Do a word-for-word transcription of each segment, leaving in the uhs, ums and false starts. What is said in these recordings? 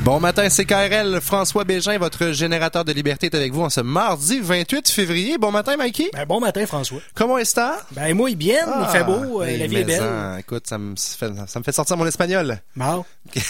Bon matin, c'est K R L. François Bégin, votre générateur de liberté, est avec vous en ce mardi vingt-huit février. Bon matin, Mikey. Ben, bon matin, François. Comment est-ce? Ben, moi, il bien, ah, il fait beau, euh, la vie est belle. En, écoute, ça me fait, ça me fait sortir mon espagnol. Bon.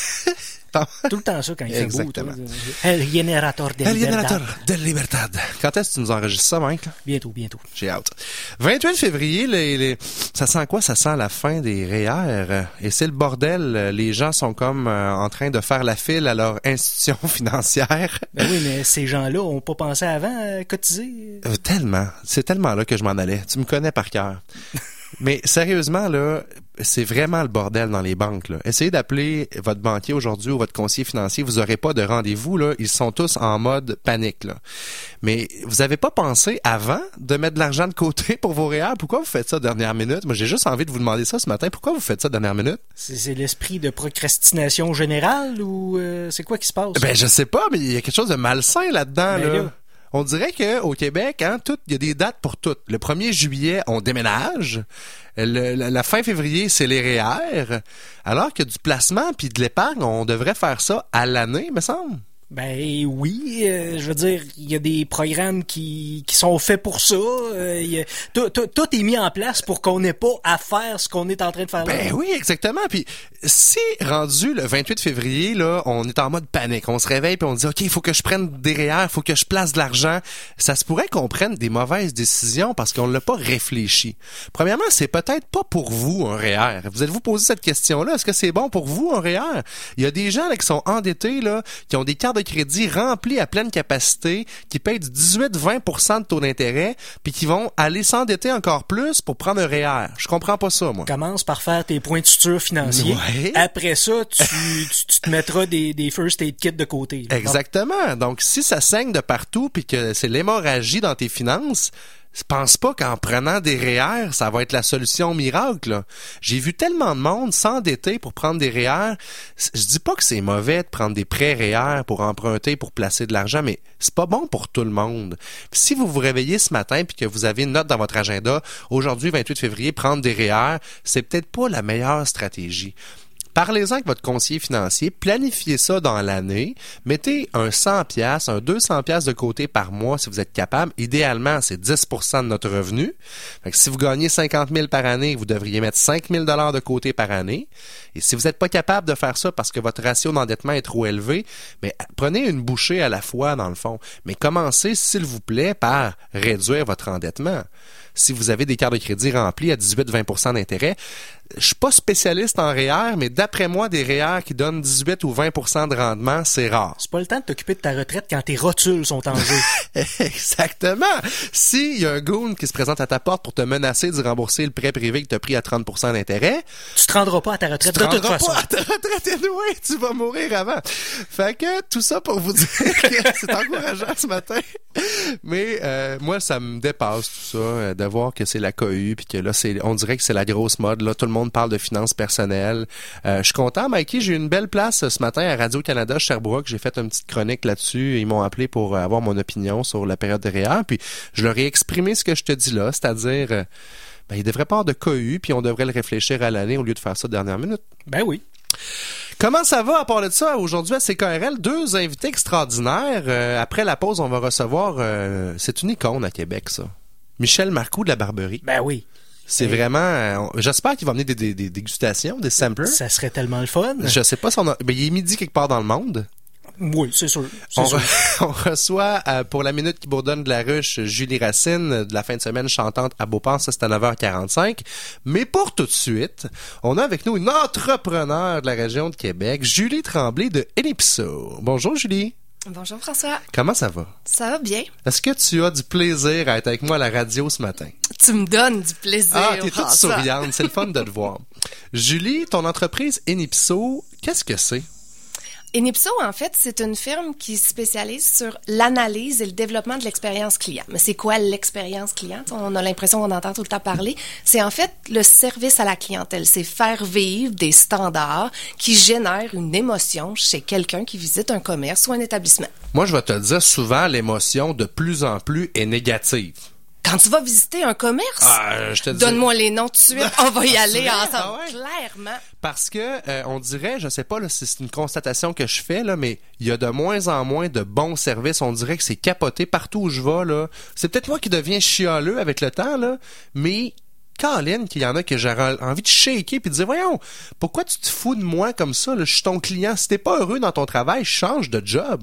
Tout le temps ça quand il fait Exactement. beau. Toi. El générateur de liberté. El générateur de liberté. Quand est-ce que tu nous enregistres ça, Mike? Là? Bientôt, bientôt. J'ai hâte. vingt-huit février, les, les... ça sent quoi? Ça sent la fin des R E E R. Et c'est le bordel. Les gens sont comme euh, en train de faire la file à leur institution financière. Ben oui, mais ces gens-là ont pas pensé avant à cotiser? Euh, tellement. C'est tellement là que je m'en allais. Tu me connais par cœur. Mais sérieusement, là, c'est vraiment le bordel dans les banques, là. Essayez d'appeler votre banquier aujourd'hui ou votre conseiller financier. Vous n'aurez pas de rendez-vous, là. Ils sont tous en mode panique, là. Mais vous avez pas pensé avant de mettre de l'argent de côté pour vos R E E R? Pourquoi vous faites ça dernière minute? Moi, j'ai juste envie de vous demander ça ce matin. Pourquoi vous faites ça dernière minute? C'est, c'est l'esprit de procrastination générale ou euh, c'est quoi qui se passe? Ben, je sais pas, mais il y a quelque chose de malsain là-dedans, ben là. là. On dirait que au Québec, hein, tout, il y a des dates pour tout. Le premier juillet, on déménage. Le, la, la fin février, c'est les R E E R. Alors que du placement puis de l'épargne, on devrait faire ça à l'année, me semble. Ben oui, euh, je veux dire, il y a des programmes qui qui sont faits pour ça. Euh, y a, tout, tout, tout est mis en place pour qu'on n'ait pas à faire ce qu'on est en train de faire là. Ben oui, exactement. Puis si rendu le vingt-huit février, là, on est en mode panique, on se réveille puis on dit ok, il faut que je prenne des R E E R, il faut que je place de l'argent. Ça se pourrait qu'on prenne des mauvaises décisions parce qu'on l'a pas réfléchi. Premièrement, c'est peut-être pas pour vous un R E E R. Vous êtes-vous posé cette question-là? Est-ce que c'est bon pour vous un R E E R? Il y a des gens là qui sont endettés là, qui ont des cartes de crédit remplis à pleine capacité, qui payent du dix-huit à vingt pour cent de taux d'intérêt, puis qui vont aller s'endetter encore plus pour prendre un R E E R. Je comprends pas ça, moi. Commence par faire tes points de suture financiers. Ouais. Après ça, tu, tu, tu te mettras des, des first aid kits de côté. Là. Exactement. Donc, si ça saigne de partout puis que c'est l'hémorragie dans tes finances, je pense pas qu'en prenant des R E E R, ça va être la solution miracle, là. J'ai vu tellement de monde s'endetter pour prendre des R E E R. Je dis pas que c'est mauvais de prendre des prêts R E E R pour emprunter, pour placer de l'argent, mais c'est pas bon pour tout le monde. Puis si vous vous réveillez ce matin puis que vous avez une note dans votre agenda, aujourd'hui, vingt-huit février, prendre des R E E R, c'est peut-être pas la meilleure stratégie. Parlez-en avec votre conseiller financier, planifiez ça dans l'année, mettez un cent piastres, un deux cents piastres de côté par mois si vous êtes capable. Idéalement, c'est dix pour cent de notre revenu. Fait que si vous gagnez cinquante mille par année, vous devriez mettre cinq mille dollars de côté par année. Et si vous n'êtes pas capable de faire ça parce que votre ratio d'endettement est trop élevé, mais prenez une bouchée à la fois dans le fond. Mais commencez, s'il vous plaît, par réduire votre endettement. Si vous avez des cartes de crédit remplies à dix-huit à vingt pour cent d'intérêt, je suis pas spécialiste en R E E R, mais d'après moi, des R E E R qui donnent dix-huit ou vingt pour cent de rendement, c'est rare. C'est pas le temps de t'occuper de ta retraite quand tes rotules sont en jeu. Exactement. S'il y a un goon qui se présente à ta porte pour te menacer de rembourser le prêt privé que tu as pris à trente pour cent d'intérêt, tu te rendras pas à ta retraite tu te de toute rendras façon. pas à ta retraite, anyway, tu vas mourir avant. Fait que tout ça pour vous dire que c'est encourageant ce matin. Mais euh, moi, ça me dépasse tout ça, euh, de voir que c'est la cohue, puis que là, c'est, on dirait que c'est la grosse mode. Là, tout le monde parle de finances personnelles. Euh, je suis content, Mikey. J'ai eu une belle place ce matin à Radio-Canada Sherbrooke. J'ai fait une petite chronique là-dessus. Ils m'ont appelé pour avoir mon opinion sur la période de R E E R. Puis je leur ai exprimé ce que je te dis là, c'est-à-dire, euh, ben, il devrait pas avoir de cohue, puis on devrait le réfléchir à l'année au lieu de faire ça dernière minute. Ben oui. Comment ça va à part de ça? Aujourd'hui à C K R L, deux invités extraordinaires. Euh, après la pause, on va recevoir... Euh, c'est une icône à Québec, ça. Michel Marcoux de la Barberie. Ben oui. C'est Et... vraiment... Euh, j'espère qu'il va amener des, des, des dégustations, des samplers. Ça serait tellement le fun. Je sais pas si on a... Ben, il est midi quelque part dans le monde. Oui, c'est sûr. C'est on, sûr. Re- on reçoit, euh, pour la minute qui bourdonne de la ruche, Julie Racine, de la fin de semaine chantante à Beauport. Ça, c'est à neuf heures quarante-cinq. Mais pour tout de suite, on a avec nous une entrepreneur de la région de Québec, Julie Tremblay de Enipso. Bonjour, Julie. Bonjour François. Comment ça va? Ça va bien. Est-ce que tu as du plaisir à être avec moi à la radio ce matin? Tu me donnes du plaisir. Ah, t'es toute François. souriante. C'est le fun de te voir. Julie, ton entreprise Enipso, qu'est-ce que c'est? Enipso, en fait, c'est une firme qui se spécialise sur l'analyse et le développement de l'expérience client. Mais c'est quoi l'expérience client? On a l'impression qu'on entend tout le temps parler. C'est en fait le service à la clientèle. C'est faire vivre des standards qui génèrent une émotion chez quelqu'un qui visite un commerce ou un établissement. Moi, je vais te le dire, souvent, l'émotion, de plus en plus, est négative. Quand tu vas visiter un commerce, Ah, je te dis- donne-moi les noms tout de suite, on va y Ah, aller c'est vrai? ensemble, Ah ouais? clairement. Parce que euh, on dirait, je sais pas là, si c'est une constatation que je fais là, mais il y a de moins en moins de bons services. On dirait que c'est capoté partout où je vais là. C'est peut-être moi qui deviens chialeux avec le temps là, mais Caroline, qu'il y en a que j'aurais envie de shaker puis de dire voyons, pourquoi tu te fous de moi comme ça là? Je suis ton client. Si t'es pas heureux dans ton travail, change de job.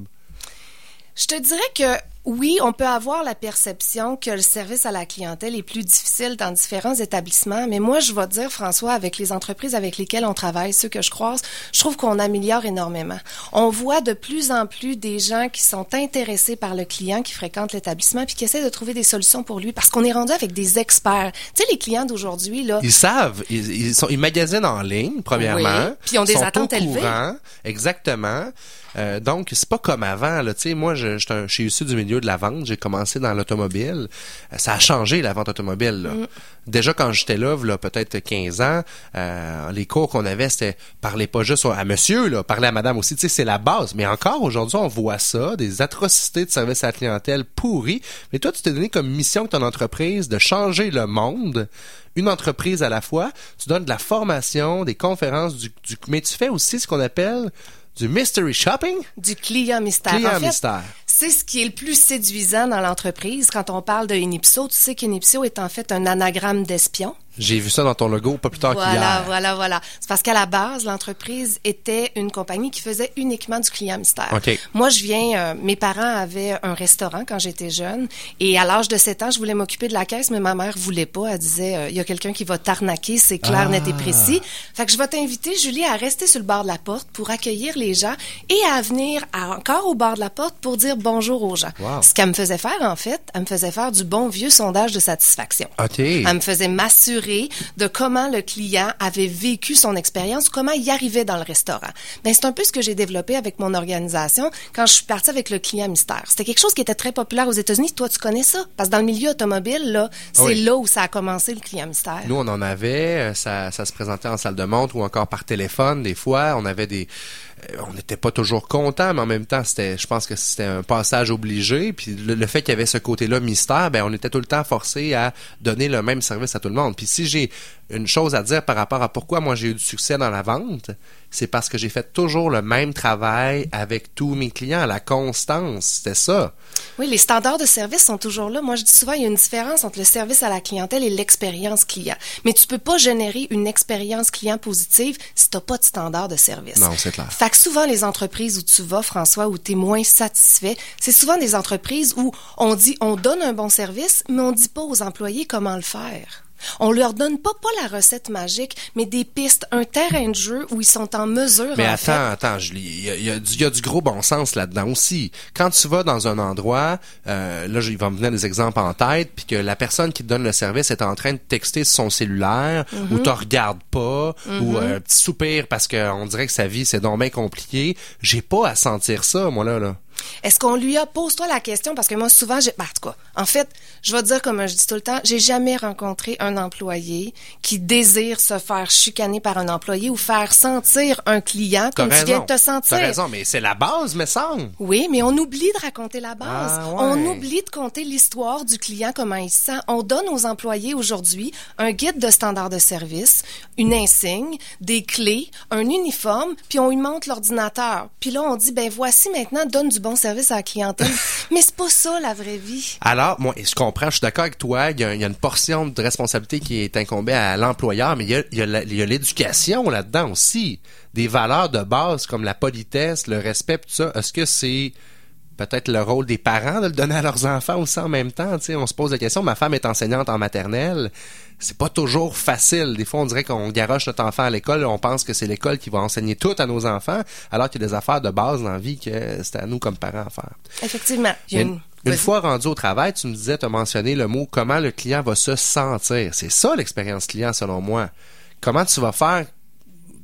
Je te dirais que oui, on peut avoir la perception que le service à la clientèle est plus difficile dans différents établissements, mais moi, je vais te dire, François, avec les entreprises avec lesquelles on travaille, ceux que je croise, je trouve qu'on améliore énormément. On voit de plus en plus des gens qui sont intéressés par le client qui fréquente l'établissement puis qui essaient de trouver des solutions pour lui parce qu'on est rendu avec des experts. Tu sais, les clients d'aujourd'hui, là... Ils savent, ils, ils sont, ils magasinent en ligne, premièrement. Oui, puis ils ont des sont attentes au élevées. courant, exactement. Euh, donc, c'est pas comme avant, là. Tu sais, moi, je, je, je suis issu du milieu de la vente. J'ai commencé dans l'automobile. Euh, ça a changé, la vente automobile, là. Mm. Déjà, quand j'étais là, là, peut-être quinze ans, euh, les cours qu'on avait, c'était parler pas juste à monsieur, là, parler à madame aussi. Tu sais, c'est la base. Mais encore, aujourd'hui, on voit ça, des atrocités de service à la clientèle pourries. Mais toi, tu t'es donné comme mission de ton entreprise de changer le monde. Une entreprise à la fois. Tu donnes de la formation, des conférences, du, du mais tu fais aussi ce qu'on appelle du mystery shopping? Du client mystère. Client en fait, mystère. C'est ce qui est le plus séduisant dans l'entreprise. Quand on parle de Inipso, tu sais qu'Inipso est en fait un anagramme d'espion. J'ai vu ça dans ton logo pas plus tard Voilà, qu'hier. voilà, voilà. C'est parce qu'à la base, l'entreprise était une compagnie qui faisait uniquement du client mystère. OK. Moi, je viens, euh, mes parents avaient un restaurant quand j'étais jeune et à l'âge de sept ans, je voulais m'occuper de la caisse, mais ma mère voulait pas. Elle disait, euh, il y a quelqu'un qui va t'arnaquer, c'est clair, Ah. net et précis. Fait que je vais t'inviter, Julie, à rester sur le bord de la porte pour accueillir les gens et à venir à, encore au bord de la porte pour dire bonjour aux gens. Wow. Ce qu'elle me faisait faire, en fait, elle me faisait faire du bon vieux sondage de satisfaction. OK. Elle me faisait m'assurer de comment le client avait vécu son expérience, comment il arrivait dans le restaurant. Ben, c'est un peu ce que j'ai développé avec mon organisation quand je suis partie avec le client mystère. C'était quelque chose qui était très populaire aux États-Unis. Toi, tu connais ça? Parce que dans le milieu automobile, là, c'est Oui. là où ça a commencé, le client mystère. Nous, on en avait, ça, ça se présentait en salle de montre ou encore par téléphone. Des fois, on avait des... On n'était pas toujours content, mais en même temps, c'était, je pense que c'était un passage obligé. Puis le, le fait qu'il y avait ce côté-là mystère, ben on était tout le temps forcé à donner le même service à tout le monde. Puis si j'ai une chose à dire par rapport à pourquoi moi j'ai eu du succès dans la vente, c'est parce que j'ai fait toujours le même travail avec tous mes clients, la constance, c'était ça. Oui, les standards de service sont toujours là. Moi, je dis souvent, il y a une différence entre le service à la clientèle et l'expérience client. Mais tu peux pas générer une expérience client positive si t'as pas de standard de service. Non, c'est clair. Fait que souvent, les entreprises où tu vas, François, où tu es moins satisfait, c'est souvent des entreprises où on dit, on donne un bon service, mais on dit pas aux employés comment le faire. On leur donne pas, pas la recette magique, mais des pistes, un terrain de jeu où ils sont en mesure, Mais en attends, fait. attends, Julie, il y a, il y, a du- il y a du gros bon sens là-dedans aussi. Quand tu vas dans un endroit, euh, là, il va me venir des exemples en tête, puis que la personne qui te donne le service est en train de texter sur son cellulaire, ou te regarde pas, ou euh, un petit soupir parce qu'on dirait que sa vie, c'est donc bien compliqué. J'ai pas à sentir ça, moi, là, là. Est-ce qu'on lui a, pose-toi la question, parce que moi, souvent, j'ai, ben, en tout cas, en fait, je vais te dire comme je dis tout le temps, j'ai jamais rencontré un employé qui désire se faire chicaner par un employé ou faire sentir un client comme T'as tu viens raison. de te sentir. T'as raison, mais c'est la base, me semble. Oui, mais on oublie de raconter la base. Ah, ouais. On oublie de compter l'histoire du client, comment il se sent. On donne aux employés aujourd'hui un guide de standard de service, une insigne, des clés, un uniforme, puis on lui montre l'ordinateur. Puis là, on dit, ben voici maintenant, donne du bon service à la clientèle. Mais c'est pas ça, la vraie vie. Alors, moi, je comprends, je suis d'accord avec toi, il y, a, il y a une portion de responsabilité qui est incombée à l'employeur, mais il y a, il y a, la- il y a l'éducation là-dedans aussi. Des valeurs de base comme la politesse, le respect, tout ça. Est-ce que c'est peut-être le rôle des parents de le donner à leurs enfants aussi en même temps? Tu sais, on se pose la question, ma femme est enseignante en maternelle. C'est pas toujours facile. Des fois, on dirait qu'on garoche notre enfant à l'école, on pense que c'est l'école qui va enseigner tout à nos enfants, alors qu'il y a des affaires de base dans la vie que c'est à nous comme parents à faire. Effectivement. Il y a Une, une... une Vas-y. fois rendu au travail, tu me disais, tu as mentionné le mot comment le client va se sentir. C'est ça l'expérience client selon moi. Comment tu vas faire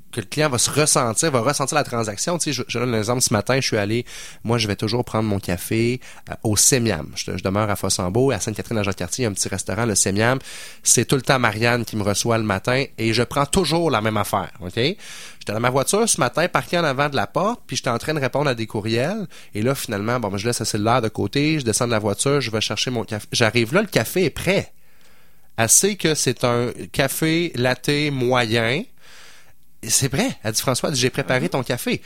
que le client va se ressentir, va ressentir la transaction. Tu sais, je, je donne un exemple. Ce matin, je suis allé, moi, je vais toujours prendre mon café euh, au Sémiam. Je, je demeure à Fossambeau, à Sainte-Catherine-à-Jacques-Cartier, il y a un petit restaurant, le Sémiam. C'est tout le temps Marianne qui me reçoit le matin et je prends toujours la même affaire, OK? J'étais dans ma voiture ce matin, parqué en avant de la porte, puis j'étais en train de répondre à des courriels. Et là, finalement, bon, ben, je laisse le cellulaire de côté, je descends de la voiture, je vais chercher mon café. J'arrive là, le café est prêt. Elle sait que c'est un café latte moyen. C'est vrai. Elle dit, François, elle dit, j'ai préparé ton café.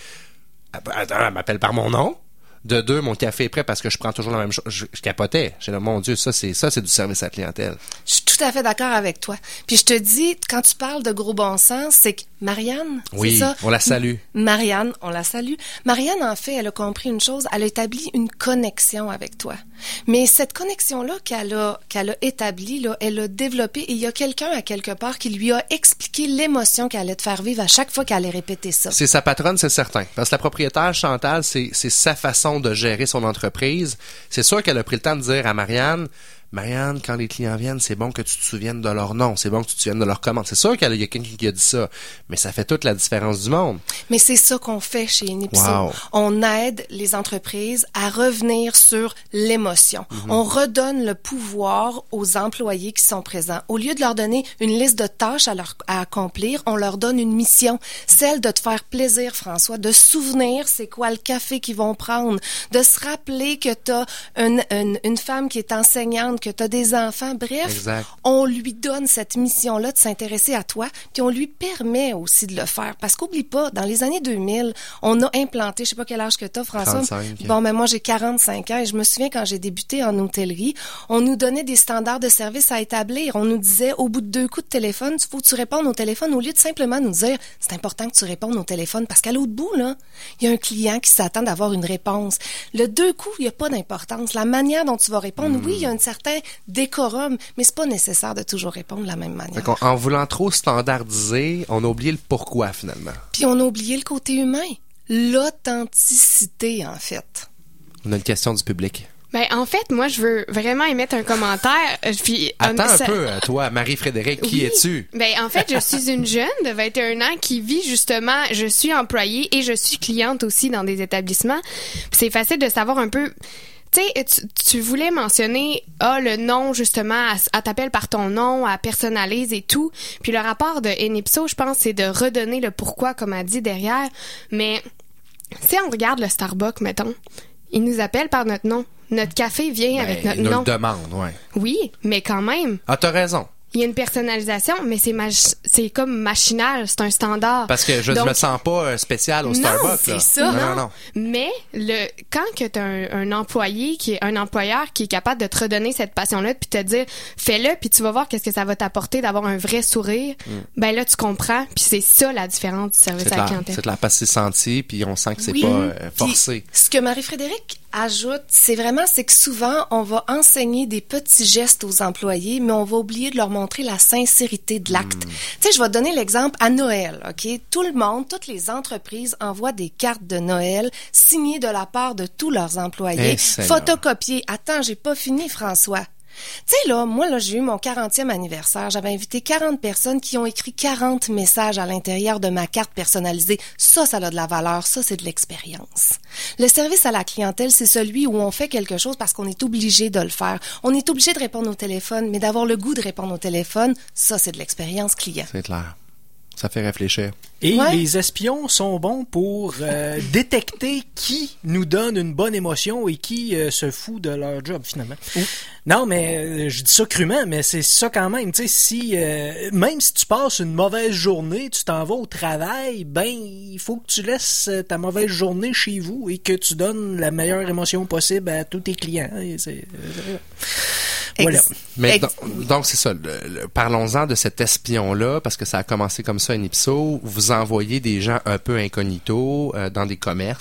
Elle m'appelle par mon nom. De deux, mon café est prêt parce que je prends toujours la même chose. Je, je capotais. J'ai dit, mon Dieu, ça, c'est ça, c'est du service à la clientèle. Je suis tout à fait d'accord avec toi. Puis je te dis, quand tu parles de gros bon sens, c'est que Marianne, oui, c'est ça? On la salue. Marianne, on la salue. Marianne, en fait, elle a compris une chose. Elle a établi une connexion avec toi. Mais cette connexion-là qu'elle a, qu'elle a établie, là, elle a développée et il y a quelqu'un à quelque part qui lui a expliqué l'émotion qu'elle allait te faire vivre à chaque fois qu'elle allait répéter ça. C'est sa patronne, c'est certain. Parce que la propriétaire, Chantal, c'est, c'est sa façon de gérer son entreprise. C'est sûr qu'elle a pris le temps de dire à Marianne, Marianne, quand les clients viennent, c'est bon que tu te souviennes de leur nom, c'est bon que tu te souviennes de leur commande. C'est sûr qu'il y a quelqu'un qui a dit ça, mais ça fait toute la différence du monde. Mais c'est ça qu'on fait chez Inipso. Wow. On aide les entreprises à revenir sur l'émotion. Mm-hmm. On redonne le pouvoir aux employés qui sont présents. Au lieu de leur donner une liste de tâches à, leur, à accomplir, on leur donne une mission, celle de te faire plaisir, François, de se souvenir c'est quoi le café qu'ils vont prendre, de se rappeler que tu as une, une, une femme qui est enseignante, que tu as des enfants. Bref, exact. On lui donne cette mission-là de s'intéresser à toi, puis on lui permet aussi de le faire. Parce qu'oublie pas, dans les années deux mille, on a implanté, je sais pas quel âge que tu as, François. trente-cinq. Bon, mais moi, j'ai quarante-cinq ans et je me souviens quand j'ai débuté en hôtellerie, on nous donnait des standards de service à établir. On nous disait, au bout de deux coups de téléphone, il faut que tu répondes au téléphone, au lieu de simplement nous dire, c'est important que tu répondes au téléphone, parce qu'à l'autre bout, là, il y a un client qui s'attend d'avoir une réponse. Le deux coups, il n'y a pas d'importance. La manière dont tu vas répondre, mmh. oui, il y a un certain décorum, mais c'est pas nécessaire de toujours répondre de la même manière. En, en voulant trop standardiser, on a oublié le pourquoi, finalement. Puis on a oublié le côté humain. L'authenticité, en fait. On a une question du public. Ben, en fait, moi, je veux vraiment émettre un commentaire. Puis, Attends um, ça... un peu, toi, Marie-Frédérique, qui oui. es-tu? Ben, en fait, je suis une jeune de vingt et un ans qui vit justement, je suis employée et je suis cliente aussi dans des établissements. Puis c'est facile de savoir un peu... Tu sais, tu, tu voulais mentionner, ah, le nom, justement, elle t'appelle par ton nom, elle personnalise et tout. Puis le rapport de Inipso, je pense, c'est de redonner le pourquoi, comme elle dit derrière. Mais, si on regarde le Starbucks, mettons, il nous appelle par notre nom. Notre café vient ben, avec notre il nous nom. le demande, ouais. Oui, mais quand même. Ah, t'as raison. Il y a une personnalisation, mais c'est mach- c'est comme machinal, c'est un standard. Parce que je ne me sens pas spécial au non, Starbucks. c'est là. ça. Non, non, non. Mais le quand que tu as un, un employé, qui est un employeur qui est capable de te redonner cette passion-là, puis te dire, fais-le, puis tu vas voir qu'est-ce que ça va t'apporter d'avoir un vrai sourire, mm. ben là, tu comprends, puis c'est ça la différence du service c'est à la clair, clientèle. C'est clair, parce que c'est senti, puis on sent que c'est oui. pas euh, forcé. Puis, ce que Marie-Frédérique ajoute, c'est vraiment, c'est que souvent, on va enseigner des petits gestes aux employés, mais on va oublier de leur montrer la sincérité de l'acte. Mm. Tu sais, je vais te donner l'exemple à Noël, OK? Tout le monde, toutes les entreprises envoient des cartes de Noël signées de la part de tous leurs employés, hey, photocopiées. Attends, j'ai pas fini, François. Tu sais, là, moi, là, j'ai eu mon quarantième anniversaire. J'avais invité quarante personnes qui ont écrit quarante messages à l'intérieur de ma carte personnalisée. Ça, ça a de la valeur. Ça, c'est de l'expérience. Le service à la clientèle, c'est celui où on fait quelque chose parce qu'on est obligé de le faire. On est obligé de répondre au téléphone, mais d'avoir le goût de répondre au téléphone, ça, c'est de l'expérience client. C'est clair. Ça fait réfléchir. Et ouais. les espions sont bons pour euh, détecter qui nous donne une bonne émotion et qui euh, se fout de leur job, finalement. Ouh. Non, mais euh, je dis ça crûment, mais c'est ça quand même. Tu sais, si euh, même si tu passes une mauvaise journée, tu t'en vas au travail, ben il faut que tu laisses ta mauvaise journée chez vous et que tu donnes la meilleure émotion possible à tous tes clients. Et c'est, euh, voilà. Mais donc, donc c'est ça. Le, le, parlons-en de cet espion-là, parce que ça a commencé comme ça à Inipso. Vous envoyez des gens un peu incognito euh, dans des commerces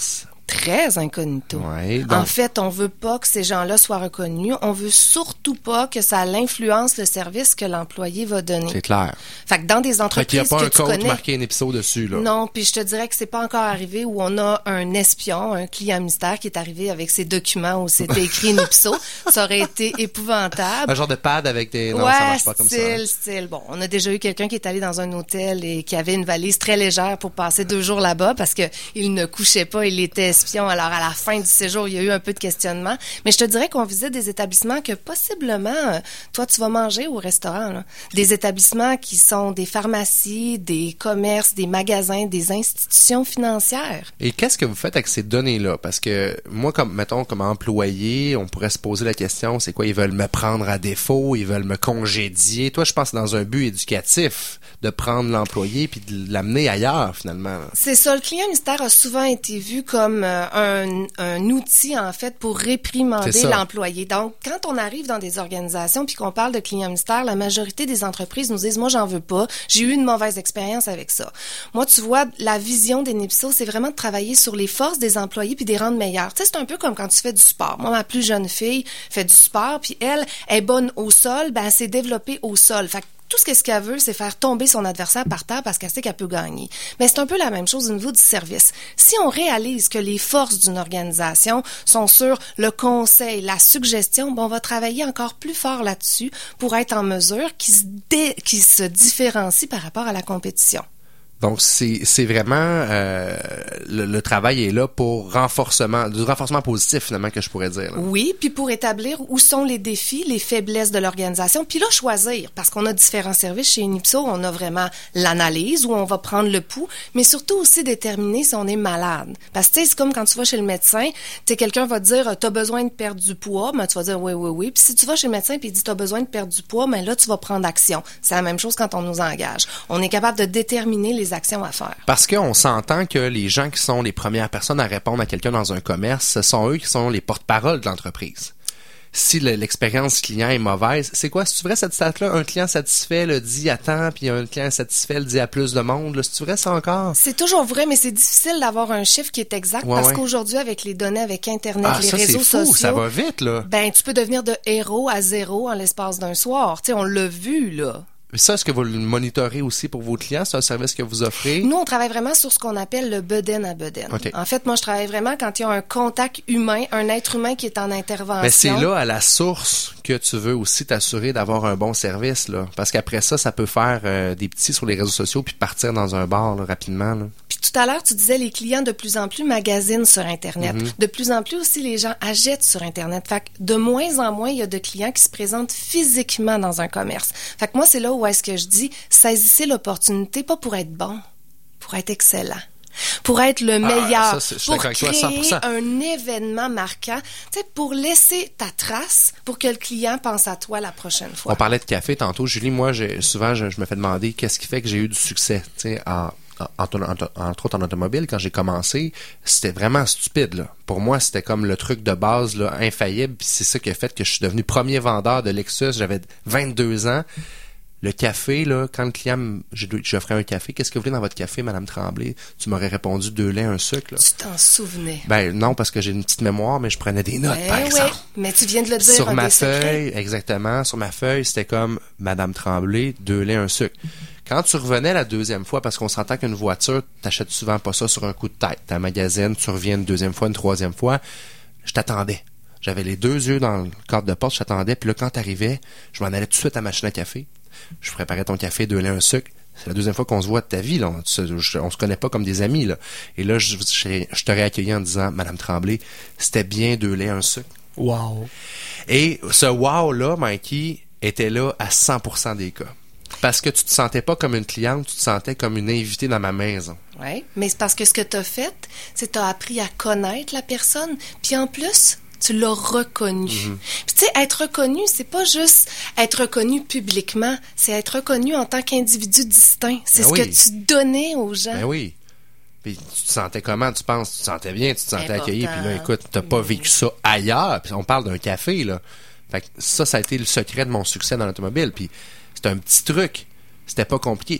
très incognito. Ouais, donc... En fait, on veut pas que ces gens-là soient reconnus. On veut surtout pas que ça influence le service que l'employé va donner. C'est clair. Fait que dans des entreprises fait qu'il y a pas que un tu code connais, marqué un épisode dessus, là. non, puis je te dirais que c'est pas encore arrivé où on a un espion, un client mystère qui est arrivé avec ses documents où c'était écrit Nipso. Ça aurait été épouvantable. Un genre de pad avec des... Non, ouais, ça marche pas comme style, ça. Hein. style. Bon, on a déjà eu quelqu'un qui est allé dans un hôtel et qui avait une valise très légère pour passer deux jours là-bas parce que il ne couchait pas, il était espion. Alors, à la fin du séjour, il y a eu un peu de questionnement. Mais je te dirais qu'on visite des établissements que possiblement, euh, toi, tu vas manger au restaurant, là. Des établissements qui sont des pharmacies, des commerces, des magasins, des institutions financières. Et qu'est-ce que vous faites avec ces données-là? Parce que moi, comme mettons, comme employé, on pourrait se poser la question, c'est quoi? Ils veulent me prendre à défaut, ils veulent me congédier. Toi, je pense que dans un but éducatif, de prendre l'employé puis de l'amener ailleurs, finalement. C'est ça. Le client mystère a souvent été vu comme euh, un, un outil, en fait, pour réprimander l'employé. Donc, quand on arrive dans des organisations puis qu'on parle de client mystère, la majorité des entreprises nous disent, moi, j'en veux pas. J'ai eu une mauvaise expérience avec ça. Moi, tu vois, la vision des Nipso, c'est vraiment de travailler sur les forces des employés puis des rendre meilleurs. Tu sais, c'est un peu comme quand tu fais du sport. Moi, ma plus jeune fille fait du sport puis elle est bonne au sol, ben, elle s'est développée au sol. Fait que tout ce qu'est-ce qu'elle veut, c'est faire tomber son adversaire par terre parce qu'elle sait qu'elle peut gagner. Mais c'est un peu la même chose au niveau du service. Si on réalise que les forces d'une organisation sont sur le conseil, la suggestion, ben on va travailler encore plus fort là-dessus pour être en mesure qu'ils se, dé- qu'ils se différencient par rapport à la compétition. Donc, c'est, c'est vraiment... Euh, le, le travail est là pour renforcement, du renforcement positif, finalement, que je pourrais dire. Là. Oui, puis pour établir où sont les défis, les faiblesses de l'organisation, puis là, choisir. Parce qu'on a différents services chez Nipso. On a vraiment l'analyse, où on va prendre le pouls, mais surtout aussi déterminer si on est malade. Parce que, tu sais, c'est comme quand tu vas chez le médecin, tu sais, quelqu'un va te dire, t'as besoin de perdre du poids, mais tu vas dire, oui, oui, oui. Puis si tu vas chez le médecin puis il dit, t'as besoin de perdre du poids, mais là, tu vas prendre action. C'est la même chose quand on nous engage. On est capable de déterminer les actions à faire. Parce qu'on s'entend que les gens qui sont les premières personnes à répondre à quelqu'un dans un commerce, ce sont eux qui sont les porte-parole de l'entreprise. Si le, l'expérience client est mauvaise, c'est quoi? C'est-tu vrai cette stat-là? Un client satisfait le dit à temps, puis un client satisfait le dit à plus de monde. Là, c'est-tu vrai ça encore? C'est toujours vrai, mais c'est difficile d'avoir un chiffre qui est exact ouais, parce ouais. qu'aujourd'hui, avec les données, avec Internet, ah, les ça, réseaux c'est fou, sociaux... ça va vite, là. Ben, tu peux devenir de héros à zéro en l'espace d'un soir. Tu sais, on l'a vu, là. Ça, est-ce que vous le monitorez aussi pour vos clients? C'est un service que vous offrez? Nous, on travaille vraiment sur ce qu'on appelle le bedaine à bedaine. Okay. En fait, moi, je travaille vraiment quand il y a un contact humain, un être humain qui est en intervention. Mais c'est là, à la source, que tu veux aussi t'assurer d'avoir un bon service, là. Parce qu'après ça, ça peut faire euh, des petits sur les réseaux sociaux puis partir dans un bar, là, rapidement, là. Puis tout à l'heure, tu disais, les clients de plus en plus magasinent sur Internet. Mm-hmm. De plus en plus aussi, les gens achètent sur Internet. Fait que de moins en moins, il y a de clients qui se présentent physiquement dans un commerce. Fait que moi, c'est là où est-ce que je dis, saisissez l'opportunité, pas pour être bon, pour être excellent. Pour être le meilleur, ah, ça, pour créer un événement marquant, tu sais, pour laisser ta trace, pour que le client pense à toi la prochaine fois. On parlait de café tantôt. Julie, moi, j'ai, souvent, je, je me fais demander qu'est-ce qui fait que j'ai eu du succès, tu sais, en, en, en, en, entre autres en automobile. Quand j'ai commencé, c'était vraiment stupide, là. Pour moi, c'était comme le truc de base, là, infaillible, puis c'est ça qui a fait que je suis devenu premier vendeur de Lexus. J'avais vingt-deux ans. Le café, là, quand le client, j'offrais un café, qu'est-ce que vous voulez dans votre café, Madame Tremblay? Tu m'aurais répondu deux laits, un sucre. Là. Tu t'en souvenais? Ben non, parce que j'ai une petite mémoire, mais je prenais des notes, ben par ouais, exemple. Mais tu viens de le dire. Sur un ma des feuille, secrets. exactement, sur ma feuille, c'était comme Madame Tremblay, deux laits, un sucre. Quand tu revenais la deuxième fois, parce qu'on s'entend qu'une voiture, t'achètes souvent pas ça sur un coup de tête. T'as un magasin, tu reviens une deuxième fois, une troisième fois, je t'attendais. J'avais les deux yeux dans le cadre de porte, je t'attendais, puis là, quand t'arrivais, je m'en allais tout de suite à la machine à café. Je préparais ton café, deux laits, un sucre. C'est la deuxième fois qu'on se voit de ta vie, là. On, se, on se connaît pas comme des amis, là. Et là, je, je, je t'aurais accueilli en disant, Madame Tremblay, c'était bien deux laits, un sucre. Wow. Et ce wow-là, Mikey, était là à cent pour cent des cas. Parce que tu te sentais pas comme une cliente, tu te sentais comme une invitée dans ma maison. Oui, mais c'est parce que ce que tu as fait, c'est que tu as appris à connaître la personne. Puis en plus, tu l'as reconnu. Mm-hmm. Puis tu sais, être reconnu, c'est pas juste être reconnu publiquement, c'est être reconnu en tant qu'individu distinct. C'est ben ce oui. que tu donnais aux gens. Ben oui. Puis tu te sentais comment, tu penses? Tu te sentais bien, tu te sentais Important. accueilli. Puis là, écoute, t'as pas oui. vécu ça ailleurs. Puis on parle d'un café, là. Fait que ça, ça a été le secret de mon succès dans l'automobile. Puis c'est un petit truc. C'était pas compliqué.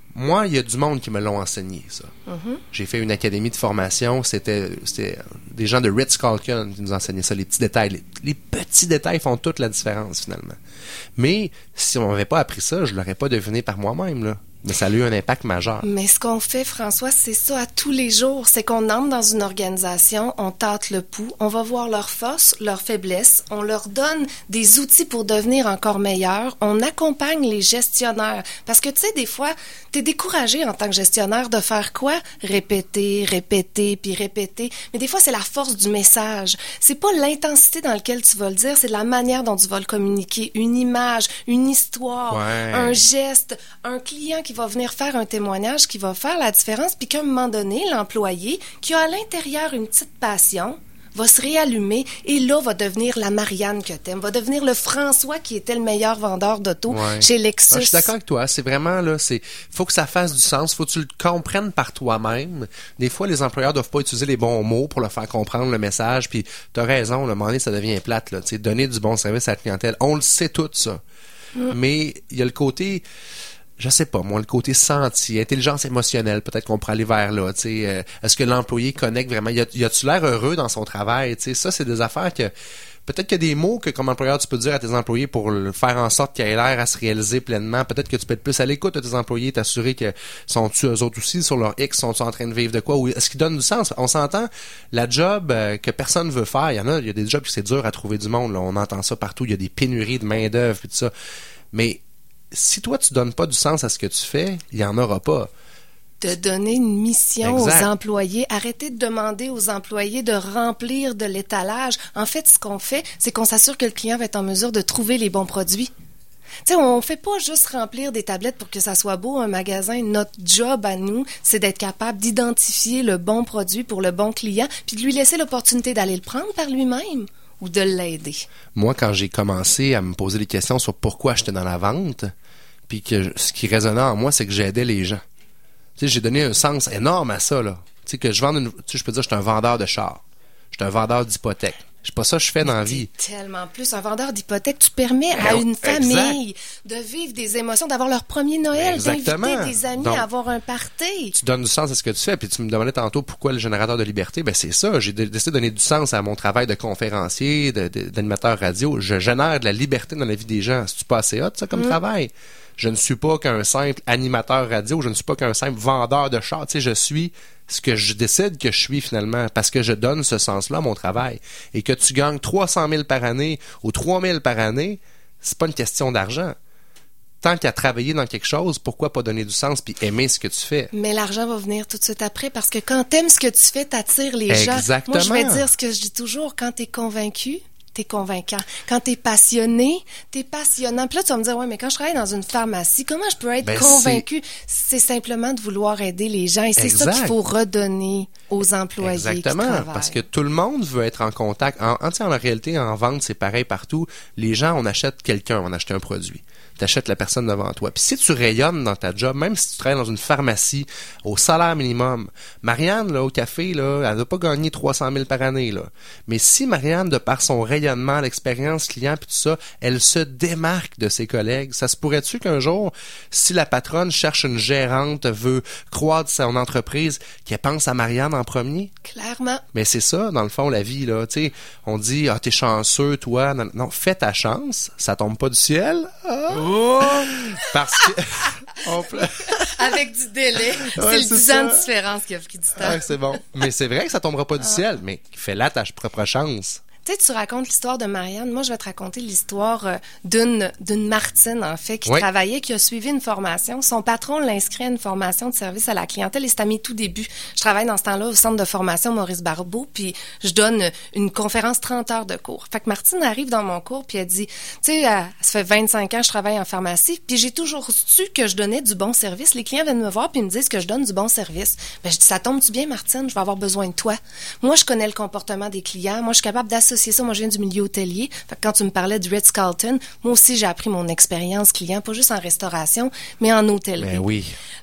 Moi, il y a du monde qui me l'ont enseigné, ça. Mm-hmm. J'ai fait une académie de formation, c'était, c'était des gens de Ritz-Carlton qui nous enseignaient ça, les petits détails. Les, les petits détails font toute la différence, finalement. Mais si on m'avait pas appris ça, je l'aurais pas deviné par moi-même, là. Mais ça a eu un impact majeur. Mais ce qu'on fait, François, c'est ça à tous les jours. C'est qu'on entre dans une organisation, on tâte le pouls, on va voir leurs forces, leurs faiblesses, on leur donne des outils pour devenir encore meilleurs, on accompagne les gestionnaires. Parce que, tu sais, des fois, t'es découragé en tant que gestionnaire de faire quoi? Répéter, répéter, puis répéter. Mais des fois, c'est la force du message. C'est pas l'intensité dans laquelle tu vas le dire, c'est la manière dont tu vas le communiquer. Une image, une histoire, ouais. un geste, un client qui qui va venir faire un témoignage qui va faire la différence, puis qu'à un moment donné, l'employé, qui a à l'intérieur une petite passion, va se réallumer et là, va devenir la Marianne que t'aimes, va devenir le François qui était le meilleur vendeur d'auto ouais. chez Lexus. Ah, je suis d'accord avec toi. C'est vraiment, là, c'est, faut que ça fasse du sens. Faut que tu le comprennes par toi-même. Des fois, les employeurs doivent pas utiliser les bons mots pour leur faire comprendre le message, puis t'as raison, le moment donné, ça devient plate, là. Tu sais, donner du bon service à la clientèle. On le sait tout, ça. Mm. Mais, il y a le côté, je sais pas, moi, le côté senti, intelligence émotionnelle, peut-être qu'on pourrait aller vers là, tu sais, euh, est-ce que l'employé connecte vraiment, y, a, y a-tu l'air heureux dans son travail, tu sais, ça, c'est des affaires que, peut-être qu'il y a des mots que, comme employeur, tu peux dire à tes employés pour le faire en sorte qu'ils aient l'air à se réaliser pleinement, peut-être que tu peux être plus à l'écoute de tes employés, t'assurer que sont-tu eux autres aussi sur leur X, sont-ils en train de vivre de quoi, ou est-ce qu'ils donnent du sens, on s'entend, la job euh, que personne veut faire, il y en a, il y a des jobs où c'est dur à trouver du monde, là, on entend ça partout, il y a des pénuries de main d'œuvre, puis tout ça, mais si toi, tu donnes pas du sens à ce que tu fais, il y en aura pas. De donner une mission exact. aux employés. Arrêtez de demander aux employés de remplir de l'étalage. En fait, ce qu'on fait, c'est qu'on s'assure que le client va être en mesure de trouver les bons produits. Tu sais, on fait pas juste remplir des tablettes pour que ça soit beau, un magasin. Notre job à nous, c'est d'être capable d'identifier le bon produit pour le bon client, puis de lui laisser l'opportunité d'aller le prendre par lui-même. Ou de l'aider. Moi, quand j'ai commencé à me poser des questions sur pourquoi j'étais dans la vente, puis que ce qui résonnait en moi, c'est que j'aidais les gens. Tu sais, j'ai donné un sens énorme à ça, là. Tu sais, que je vende une... Tu sais, je peux dire, je suis un vendeur de chars. Je suis un vendeur d'hypothèque. C'est pas ça que je fais dans la vie. Tellement plus. Un vendeur d'hypothèque, tu permets à une famille exact. de vivre des émotions, d'avoir leur premier Noël, exactement. d'inviter des amis Donc, à avoir un party. Tu donnes du sens à ce que tu fais. Puis tu me demandais tantôt pourquoi le générateur de liberté. Ben c'est ça. J'ai décidé de donner du sens à mon travail de conférencier, de, de, d'animateur radio. Je génère de la liberté dans la vie des gens. C'est-tu pas assez hot, ça, comme mm. travail? Je ne suis pas qu'un simple animateur radio. Je ne suis pas qu'un simple vendeur de chars. Tu sais, je suis ce que je décide que je suis finalement, parce que je donne ce sens-là à mon travail. Et que tu gagnes trois cent mille par année ou trois mille par année, c'est pas une question d'argent. Tant qu'à travailler dans quelque chose, pourquoi pas donner du sens puis aimer ce que tu fais? Mais l'argent va venir tout de suite après, parce que quand t'aimes ce que tu fais, t'attires les gens. Exactement. Moi, je vais dire ce que je dis toujours, quand t'es convaincu, t'es convaincant. Quand t'es passionné, t'es passionnant. Puis là, tu vas me dire, ouais, mais quand je travaille dans une pharmacie, comment je peux être ben convaincu? C'est... c'est simplement de vouloir aider les gens. Et c'est exact. ça qu'il faut redonner aux employés. Exactement. Qui travaillent. Parce que tout le monde veut être en contact. En, en, en réalité, en vente, c'est pareil partout. Les gens, on achète quelqu'un, on achète un produit. T'achètes la personne devant toi. Puis si tu rayonnes dans ta job, même si tu travailles dans une pharmacie au salaire minimum, Marianne, là, au café, là, elle n'a pas gagné trois cent mille par année, là. Mais si Marianne, de par son rayonnement, l'expérience client puis tout ça, elle se démarque de ses collègues, ça se pourrait-tu qu'un jour, si la patronne cherche une gérante, veut croître son entreprise, qu'elle pense à Marianne en premier? Clairement. Mais c'est ça, dans le fond, la vie, là. Tu sais, on dit, ah, t'es chanceux, toi. Non, non, fais ta chance. Ça tombe pas du ciel. Ah. Oh! Parce que... on peut... Avec du délai. C'est ouais, le c'est dix ça. ans de différence qui a pris du temps. Ouais, c'est bon. Mais c'est vrai que ça tombera pas du ah. ciel, mais fais-la ta propre chance. Tu sais, tu racontes l'histoire de Marianne. Moi, je vais te raconter l'histoire euh, d'une d'une Martine, en fait, qui oui. travaillait, qui a suivi une formation. Son patron l'inscrit à une formation de service à la clientèle et c'était à mes tout débuts. Je travaille dans ce temps-là au centre de formation Maurice Barbeau, puis je donne une conférence trente heures de cours. Fait que Martine arrive dans mon cours, puis elle dit, tu sais, euh, ça fait vingt-cinq ans que je travaille en pharmacie, puis j'ai toujours su que je donnais du bon service. Les clients viennent me voir, puis ils me disent que je donne du bon service. Ben, je dis, ça tombe-tu bien, Martine? Je vais avoir besoin de toi. Moi, je connais le comportement des clients. Moi, je suis capable d'associer ça. Moi, je viens du milieu hôtelier. Fait que quand tu me parlais de Ritz-Carlton, moi aussi, j'ai appris mon expérience client, pas juste en restauration, mais en hôtellerie. Ben oui. Fait que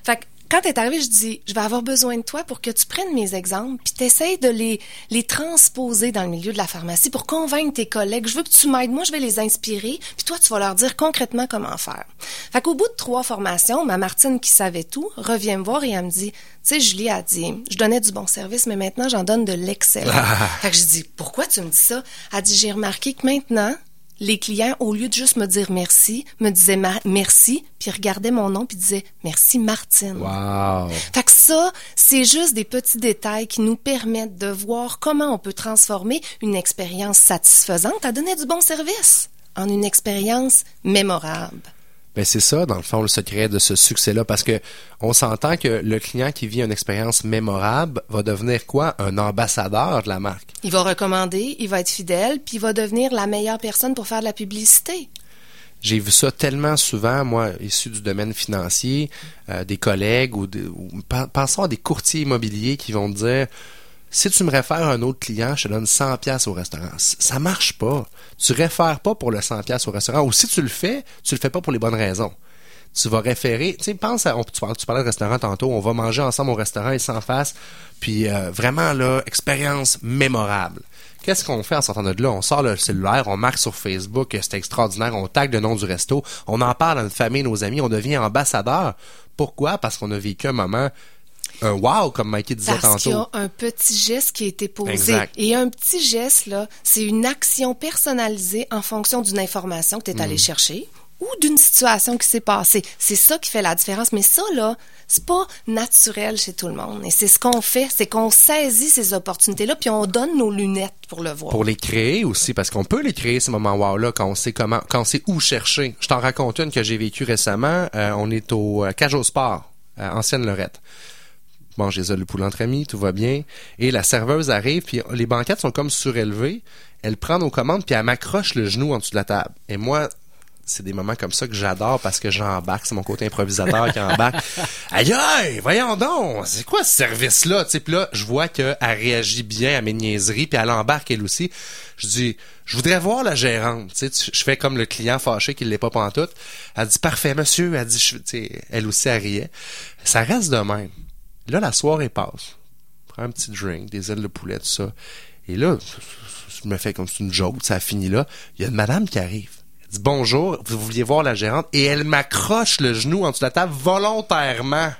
quand elle est arrivée, je dis, je vais avoir besoin de toi pour que tu prennes mes exemples puis t'essayes de les, les transposer dans le milieu de la pharmacie pour convaincre tes collègues. Je veux que tu m'aides. Moi, je vais les inspirer puis toi, tu vas leur dire concrètement comment faire. Fait qu'au bout de trois formations, ma Martine qui savait tout revient me voir et elle me dit, tu sais, Julie a dit, je donnais du bon service, mais maintenant, j'en donne de l'excellent. Fait que je dis, pourquoi tu me dis ça? Elle dit, j'ai remarqué que maintenant, les clients, au lieu de juste me dire merci, me disaient ma- merci, puis regardaient mon nom, puis disaient merci Martine. Wow! Fait que ça, c'est juste des petits détails qui nous permettent de voir comment on peut transformer une expérience satisfaisante à donner du bon service en une expérience mémorable. Ben c'est ça, dans le fond, le secret de ce succès-là, parce que on s'entend que le client qui vit une expérience mémorable va devenir quoi? Un ambassadeur de la marque. Il va recommander, il va être fidèle, puis il va devenir la meilleure personne pour faire de la publicité. J'ai vu ça tellement souvent, moi, issu du domaine financier, euh, des collègues ou, de, ou pensons à des courtiers immobiliers qui vont te dire si tu me réfères un autre client, je te donne cent piastres au restaurant. Ça marche pas. Tu réfères pas pour le cent piastres au restaurant. Ou si tu le fais, tu le fais pas pour les bonnes raisons. Tu vas référer, tu sais, pense à, on, tu, parlais, tu parlais de restaurant tantôt, on va manger ensemble au restaurant, ils s'en face, puis euh, vraiment là, expérience mémorable. Qu'est-ce qu'on fait en sortant de là? On sort le cellulaire, on marque sur Facebook, c'est extraordinaire, on tag le nom du resto, on en parle à notre famille, nos amis, on devient ambassadeur. Pourquoi? Parce qu'on a vécu un moment un wow, comme Mikey disait Parce tantôt. qu'il y a un petit geste qui a été posé. Exact. Et un petit geste, là, c'est une action personnalisée en fonction d'une information que tu es allé Mm. chercher ou d'une situation qui s'est passée. C'est ça qui fait la différence. Mais ça, là, c'est pas naturel chez tout le monde. Et c'est ce qu'on fait, c'est qu'on saisit ces opportunités-là puis on donne nos lunettes pour le voir. Pour les créer aussi, parce qu'on peut les créer, ces moments wow-là, quand on sait comment, quand on sait où chercher. Je t'en raconte une que j'ai vécue récemment. Euh, on est au euh, Cage au Sport, à Ancienne-Lorette. Bon, j'ai le poulet entre amis, tout va bien. Et la serveuse arrive, puis les banquettes sont comme surélevées. Elle prend nos commandes, puis elle m'accroche le genou en dessous de la table. Et moi, c'est des moments comme ça que j'adore parce que j'embarque. C'est mon côté improvisateur qui embarque. Aïe, aïe, voyons donc, c'est quoi ce service-là? Tu sais, puis là, je vois qu'elle réagit bien à mes niaiseries, puis elle embarque elle aussi. Je dis, je voudrais voir la gérante. Tu sais, je fais comme le client fâché qui l'est pas pantoute. Elle dit, parfait, monsieur. Elle dit, tu sais, elle aussi, elle riait. Ça reste de même. Là, la soirée passe. Prends un petit drink, des ailes de poulet, tout ça. Et là, je me fais comme c'est une joke, ça a fini là. Il y a une madame qui arrive. Elle dit bonjour, vous vouliez voir la gérante, et elle m'accroche le genou en dessous de la table volontairement.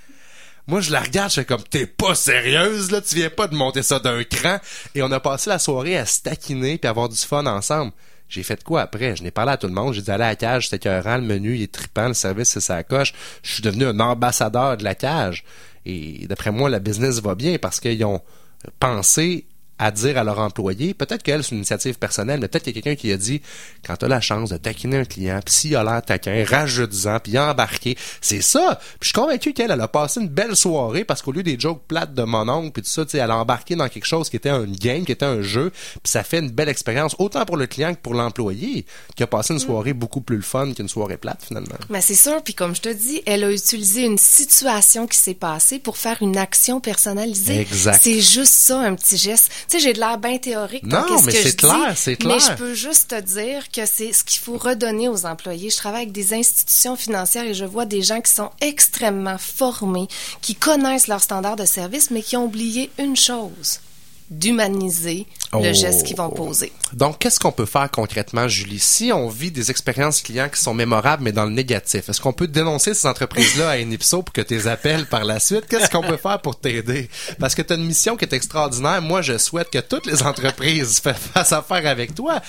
Moi, je la regarde, je fais comme, t'es pas sérieuse, là, tu viens pas de monter ça d'un cran. Et on a passé la soirée à se taquiner puis avoir du fun ensemble. J'ai fait quoi après? Je n'ai parlé à tout le monde. J'ai dit, allez à la cage, c'était écœurant, le menu, il est trippant, le service, c'est sa coche. Je suis devenu un ambassadeur de la cage. Et d'après moi, la business va bien parce qu'ils ont pensé à dire à leur employé, peut-être qu'elle, c'est une initiative personnelle, mais peut-être qu'il y a quelqu'un qui a dit, quand tu as la chance de taquiner un client, puis s'il a l'air taquin, rajoute-en, puis embarquer. C'est ça! Puis je suis convaincu qu'elle, elle a passé une belle soirée, parce qu'au lieu des jokes plates de mon oncle, puis tout ça, tu sais, elle a embarqué dans quelque chose qui était un game, qui était un jeu, puis ça fait une belle expérience, autant pour le client que pour l'employé, qui a passé une soirée beaucoup plus le fun qu'une soirée plate, finalement. Mais c'est sûr, puis comme je te dis, elle a utilisé une situation qui s'est passée pour faire une action personnalisée. Exact. C'est juste ça, un petit geste. Tu sais, j'ai de l'air bien théorique dans Non, qu'est-ce mais que c'est je clair, dis, c'est clair. mais je peux juste te dire que c'est ce qu'il faut redonner aux employés. Je travaille avec des institutions financières et je vois des gens qui sont extrêmement formés, qui connaissent leurs standards de service, mais qui ont oublié une chose, d'humaniser Oh. le geste qu'ils vont poser. Donc, qu'est-ce qu'on peut faire concrètement, Julie? Si on vit des expériences clients qui sont mémorables, mais dans le négatif, est-ce qu'on peut dénoncer ces entreprises-là à Enipso pour que tu les appelles par la suite? Qu'est-ce qu'on peut faire pour t'aider? Parce que tu as une mission qui est extraordinaire. Moi, je souhaite que toutes les entreprises fassent affaire avec toi.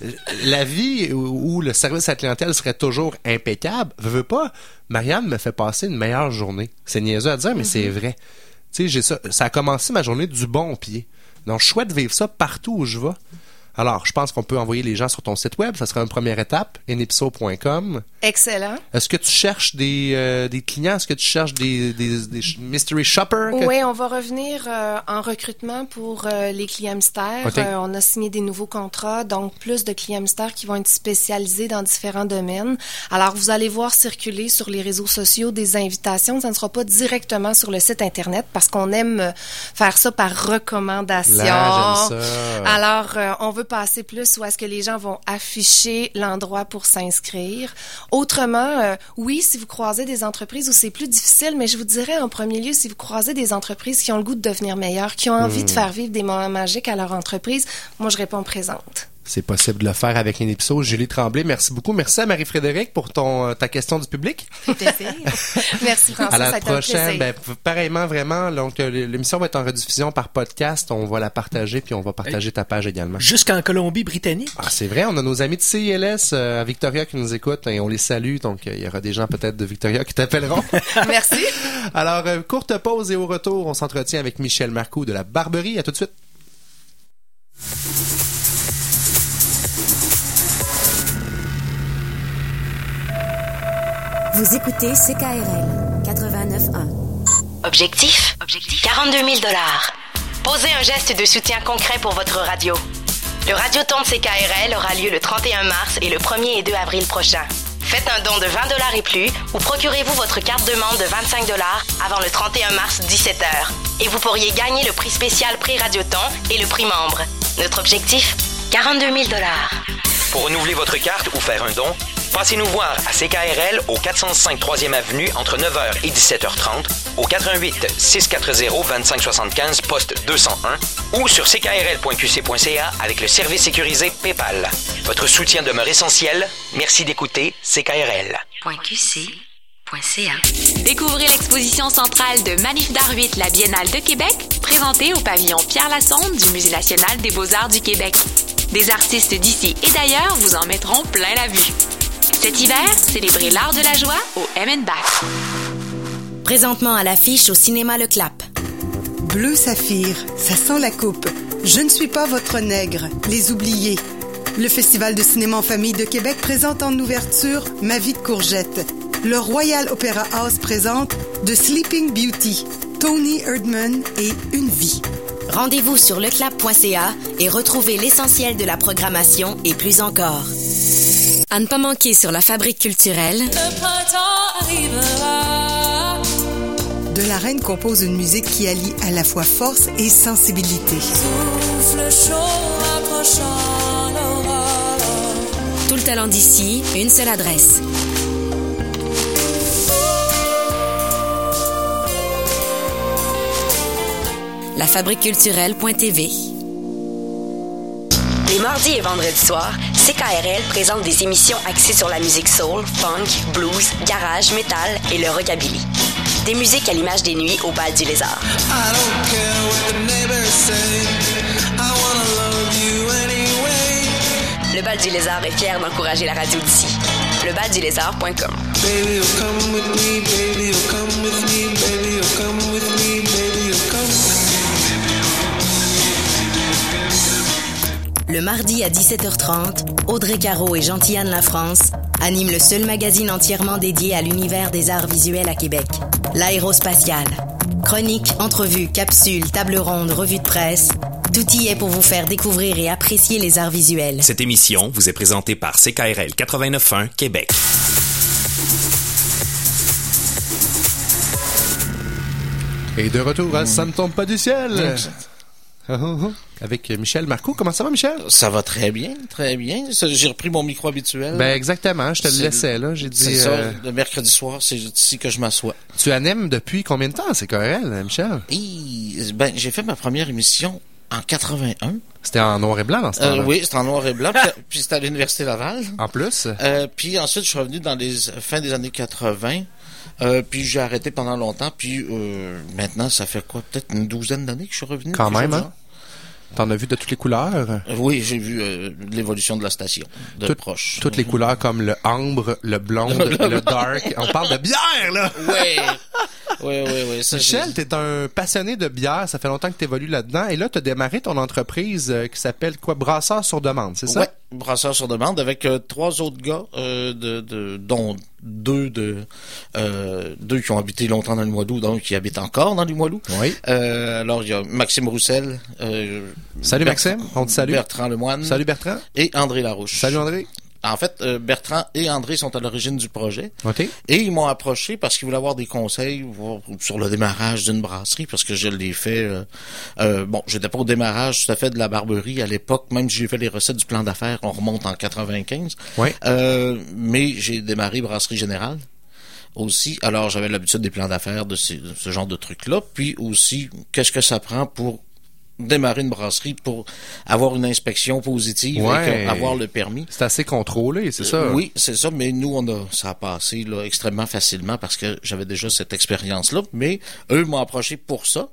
La vie où le service à la clientèle serait toujours impeccable, veux, veux pas, Marianne me fait passer une meilleure journée. C'est niaiseux à dire, mais mm-hmm. c'est vrai. Tu sais, j'ai ça, ça a commencé ma journée du bon pied. Donc, je souhaite vivre ça partout où je vais. Alors, je pense qu'on peut envoyer les gens sur ton site web. Ça sera une première étape, enipso point com. Excellent. Est-ce que tu cherches des, euh, des clients? Est-ce que tu cherches des, des, des mystery shoppers? Oui, on va revenir euh, en recrutement pour euh, les clients mystères. Okay. Euh, on a signé des nouveaux contrats, donc plus de clients mystères qui vont être spécialisés dans différents domaines. Alors, vous allez voir circuler sur les réseaux sociaux des invitations. Ça ne sera pas directement sur le site Internet parce qu'on aime faire ça par recommandation. Là, j'aime ça. Alors, euh, on veut veut passer plus, où est-ce que les gens vont afficher l'endroit pour s'inscrire. Autrement, euh, oui, si vous croisez des entreprises où c'est plus difficile, mais je vous dirais en premier lieu, si vous croisez des entreprises qui ont le goût de devenir meilleures, qui ont envie mmh. de faire vivre des moments magiques à leur entreprise, moi, je réponds présente. C'est possible de le faire avec Inipso. Julie Tremblay, merci beaucoup. Merci à Marie-Frédérique pour ton ta question du public. C'est plaisir. Merci François, à la ça a été un prochaine. plaisir. Ben, pareillement, vraiment. Donc, l'émission va être en rediffusion par podcast. On va la partager, puis on va partager ta page également. Jusqu'en Colombie-Britannique. Ah, c'est vrai. On a nos amis de C I L S euh, à Victoria qui nous écoutent et on les salue. Donc, il y aura des gens peut-être de Victoria qui t'appelleront. Merci. Alors, euh, courte pause et au retour, on s'entretient avec Michel Marcoux de la Barberie. À tout de suite. Vous écoutez C K R L quatre-vingt-neuf un. Objectif? Objectif? quarante-deux mille dollars. Posez un geste de soutien concret pour votre radio. Le Radioton de C K R L aura lieu le trente et un mars et le premier et deux avril prochain. Faites un don de vingt dollars et plus ou procurez-vous votre carte de membre de vingt-cinq dollars avant le trente et un mars dix-sept heures. Et vous pourriez gagner le prix spécial prix Radioton et le prix membre. Notre objectif? quarante-deux mille dollars. Pour renouveler votre carte ou faire un don, passez-nous voir à C K R L au quatre cent cinq troisième avenue entre neuf heures et dix-sept heures trente, au quatre un huit, six quatre zéro, deux cinq sept cinq, poste deux cent un ou sur c k r l point q c point c a avec le service sécurisé PayPal. Votre soutien demeure essentiel. Merci d'écouter C K R L. .q c point c a. Découvrez l'exposition centrale de Manif d'Art huit, la Biennale de Québec, présentée au pavillon Pierre Lassonde du Musée national des beaux-arts du Québec. Des artistes d'ici et d'ailleurs vous en mettront plein la vue. Cet hiver, célébrez l'art de la joie au M and Back. Présentement à l'affiche au cinéma Le Clap. Bleu saphir, ça sent la coupe. Je ne suis pas votre nègre, les oubliés. Le Festival de cinéma en famille de Québec présente en ouverture Ma vie de courgette. Le Royal Opera House présente The Sleeping Beauty, Tony Erdmann et Une vie. Rendez-vous sur leclap point c a et retrouvez l'essentiel de la programmation et plus encore. À ne pas manquer sur la Fabrique culturelle. De la Reine compose une musique qui allie à la fois force et sensibilité. Tout le talent d'ici, une seule adresse. la fabrique culturelle point t v. Les mardis et vendredis soirs, C K R L présente des émissions axées sur la musique soul, funk, blues, garage, métal et le rockabilly. Des musiques à l'image des nuits au Bal du Lézard. Le Bal du Lézard est fier d'encourager la radio d'ici. le bal du lézard point com. Le mardi à dix-sept heures trente, Audrey Caro et Jean-Yann Lafrance animent le seul magazine entièrement dédié à l'univers des arts visuels à Québec, l'Aérospatiale. Chroniques, entrevues, capsules, tables rondes, revues de presse, tout y est pour vous faire découvrir et apprécier les arts visuels. Cette émission vous est présentée par C K R L quatre-vingt-neuf point un Québec. Et de retour à Ça ne tombe pas du ciel. Avec Michel Marcoux. Comment ça va, Michel? Ça va très bien, très bien. J'ai repris mon micro habituel. Ben exactement, je te le laissais là. J'ai dit. C'est ça, euh... le mercredi soir, c'est ici que je m'assois. Tu animes depuis combien de temps, c'est C K R L, Michel? Et, ben, j'ai fait ma première émission en quatre-vingt-un. C'était en noir et blanc dans ce temps-là? Euh, oui, c'était en noir et blanc, puis, puis c'était à l'Université Laval. En plus? Euh, puis ensuite, je suis revenu dans les fins des années quatre-vingts. Euh, puis j'ai arrêté pendant longtemps, puis euh, maintenant, ça fait quoi? Peut-être une douzaine d'années que je suis revenu. Quand même, hein? T'en as vu de toutes les couleurs? Oui, j'ai vu euh, l'évolution de la station, de Tout, proche. Toutes les couleurs comme le ambre, le blonde, le dark. On parle de bière, là! Oui! Oui, oui, oui. Ça, Michel, j'ai... t'es un passionné de bière, ça fait longtemps que t'évolues là-dedans, et là, t'as démarré ton entreprise euh, qui s'appelle quoi? Brasseur sur demande, c'est ça? Oui, Brasseur sur demande, avec euh, trois autres gars, euh, de, de, dont deux de euh, deux qui ont habité longtemps dans le Limoilou, donc qui habitent encore dans le Limoilou. Oui. Euh, alors, il y a Maxime Roussel. Euh, Salut Bertrand, Maxime, on te salue. Bertrand Lemoine. Salut Bertrand. Et André Larouche. Salut André. en fait, euh, Bertrand et André sont à l'origine du projet. OK. Et ils m'ont approché parce qu'ils voulaient avoir des conseils voir, sur le démarrage d'une brasserie, parce que je l'ai fait... Euh, euh, bon, j'étais pas au démarrage tout à fait de la barberie à l'époque, même si j'ai fait les recettes du plan d'affaires, on remonte en quatre-vingt-quinze. Oui. Euh, mais j'ai démarré Brasserie Générale aussi. Alors, j'avais l'habitude des plans d'affaires, de, ces, de ce genre de trucs-là. Puis aussi, qu'est-ce que ça prend pour démarrer une brasserie, pour avoir une inspection positive, ouais. et avoir le permis. C'est assez contrôlé, c'est ça? Euh, oui, c'est ça, mais nous, on a, ça a passé là, extrêmement facilement parce que j'avais déjà cette expérience-là, mais eux m'ont approché pour ça.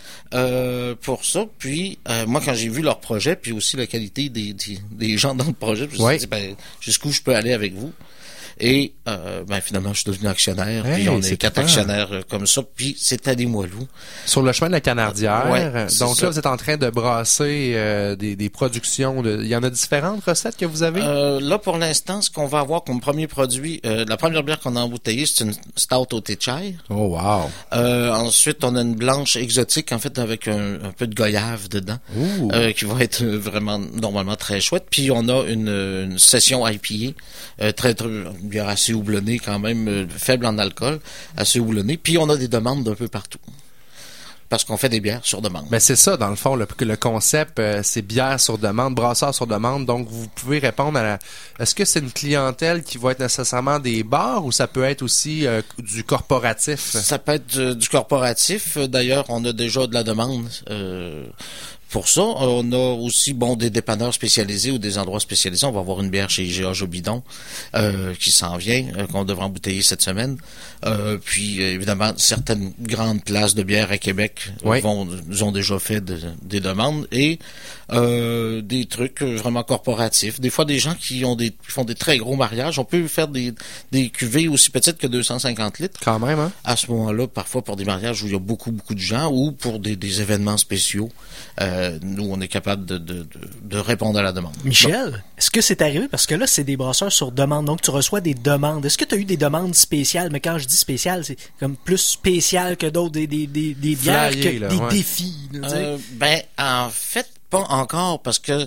Euh, pour ça, puis euh, moi quand j'ai vu leur projet, puis aussi la qualité des, des, des gens dans le projet, je me ouais. suis dit, ben, jusqu'où je peux aller avec vous? Et euh, ben finalement, je suis devenu actionnaire. Hey, puis on est quatre clair. actionnaires euh, comme ça. Puis c'est à Limoilou. Sur le chemin de la Canardière. Ouais, donc ça. là, vous êtes en train de brasser euh, des, des productions. De... Il y en a différentes recettes que vous avez? Euh, là, pour l'instant, ce qu'on va avoir comme premier produit, euh, la première bière qu'on a embouteillée, c'est une stout au thé de chai. Oh, wow! Euh, ensuite, on a une blanche exotique, en fait, avec un, un peu de goyave dedans, euh, qui va être vraiment, normalement, très chouette. Puis on a une, une session I P A, euh, très, très, une bière assez houblonnée quand même, euh, faible en alcool, assez houblonnée. Puis on a des demandes d'un peu partout. Parce qu'on fait des bières sur demande. Ben c'est ça, dans le fond, le, le concept, euh, c'est bière sur demande, brasseur sur demande. Donc, vous pouvez répondre à la... Est-ce que c'est une clientèle qui va être nécessairement des bars ou ça peut être aussi euh, du corporatif? Ça peut être du, du corporatif. D'ailleurs, on a déjà de la demande euh, pour ça. On a aussi bon des dépanneurs spécialisés ou des endroits spécialisés. On va avoir une bière chez I G A Jobidon euh, qui s'en vient, euh, qu'on devrait embouteiller cette semaine. Euh, puis, évidemment, certaines grandes places de bière à Québec oui. vont, nous ont déjà fait de, des demandes et euh, des trucs vraiment corporatifs. Des fois, des gens qui ont des qui font des très gros mariages. On peut faire des, des cuvées aussi petites que deux cent cinquante litres. Quand même, hein? À ce moment-là, parfois pour des mariages où il y a beaucoup, beaucoup de gens ou pour des, des événements spéciaux. Euh, nous, on est capable de, de, de, de répondre à la demande. Michel, bon. Est-ce que c'est arrivé? Parce que là, c'est des brasseurs sur demande, donc tu reçois des demandes. Est-ce que tu as eu des demandes spéciales? Mais quand je dis spéciales, c'est comme plus spécial que d'autres, des, des, des, des bières, Flyé, que là, des ouais. défis. Là, euh, ben, en fait, pas encore, parce que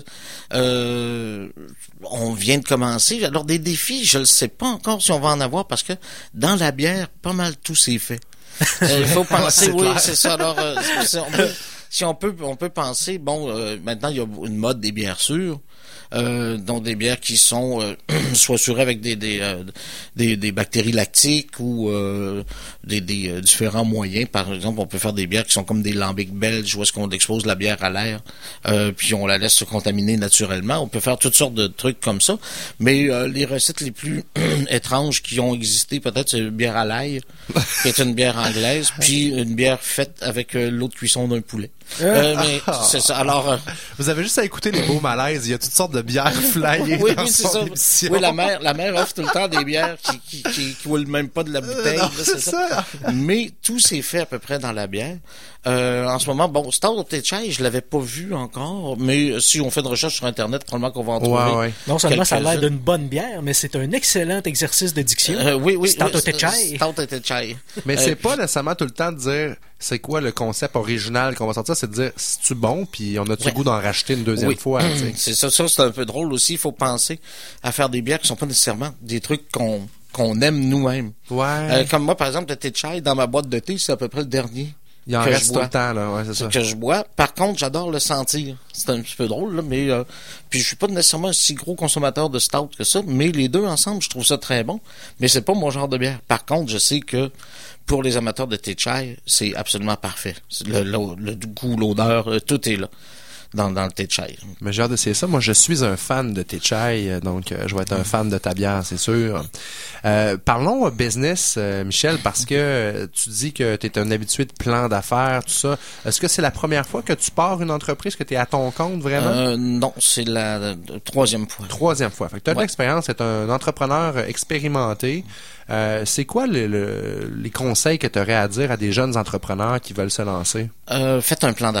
euh, on vient de commencer. Alors, des défis, je ne sais pas encore si on va en avoir, parce que dans la bière, pas mal tout s'est fait. Il euh, faut penser, oui, c'est ça. Alors, euh, c'est, on peut, si on peut, on peut penser, bon, euh, maintenant, il y a une mode des bières sûres. Euh, donc des bières qui sont euh, soit sûrées avec des des, euh, des des bactéries lactiques ou euh, des, des euh, différents moyens. Par exemple, on peut faire des bières qui sont comme des lambics belges où est-ce qu'on expose la bière à l'air euh, puis on la laisse se contaminer naturellement. On peut faire toutes sortes de trucs comme ça. Mais euh, les recettes les plus étranges qui ont existé, peut-être, c'est une bière à l'ail, qui est une bière anglaise, puis une bière faite avec euh, l'eau de cuisson d'un poulet. Euh, mais c'est ça. Alors, euh, vous avez juste à écouter les beaux malaises. Il y a toutes sortes de bières flyées oui, dans oui, c'est son ça. émission. Oui, la mère, la mère offre tout le temps des bières qui qui qui, qui roulent même pas de la bouteille. Euh, non, là, c'est c'est ça. ça. Mais tout s'est fait à peu près dans la bière. Euh, en ce moment, bon, Stout au thé de chai, je l'avais pas vu encore, mais si on fait de recherche sur Internet, probablement qu'on va en trouver. Ouais, ouais. Non seulement ça a l'air quelques-unes. d'une bonne bière, mais c'est un excellent exercice de diction. Euh, oui, oui. Stout oui, au thé de chai. Stout au thé de chai. Mais Euh, c'est pas nécessairement tout le temps de dire c'est quoi le concept original qu'on va sortir, c'est de dire c'est-tu bon, puis on a-tu Ouais. le goût d'en racheter une deuxième oui. fois. Tu sais. C'est ça, ça c'est un peu drôle aussi. Il faut penser à faire des bières qui sont pas nécessairement des trucs qu'on qu'on aime nous-mêmes. Ouais. Euh, comme moi, par exemple, le thé de chai, dans ma boîte de thé, c'est à peu près le dernier. Il en que reste je tout bois. le temps, là. Ouais, c'est ça. que je bois. Par contre, j'adore le sentir. C'est un petit peu drôle, là, mais euh, puis je suis pas nécessairement un si gros consommateur de stout que ça, mais les deux ensemble, je trouve ça très bon. Mais c'est pas mon genre de bière. Par contre, je sais que pour les amateurs de thé de chai, c'est absolument parfait. Le, le, le goût, l'odeur, euh, tout est là. Dans, dans le thé de chai. Mais j'ai hâte d'essayer ça. Moi, je suis un fan de thé de chai, euh, donc euh, je vais être un fan de ta bière, c'est sûr. Euh, parlons euh, business, euh, Michel, parce que euh, tu dis que tu es un habitué de plan d'affaires, tout ça. Est-ce que c'est la première fois que tu pars une entreprise, que tu es à ton compte, vraiment? Euh, non, c'est la, la, la troisième fois. Troisième fois. Fait que tu as de Ouais. l'expérience, tu es un entrepreneur expérimenté. Euh, c'est quoi le, le, les conseils que tu aurais à dire à des jeunes entrepreneurs qui veulent se lancer? Euh, faites un plan d'affaires.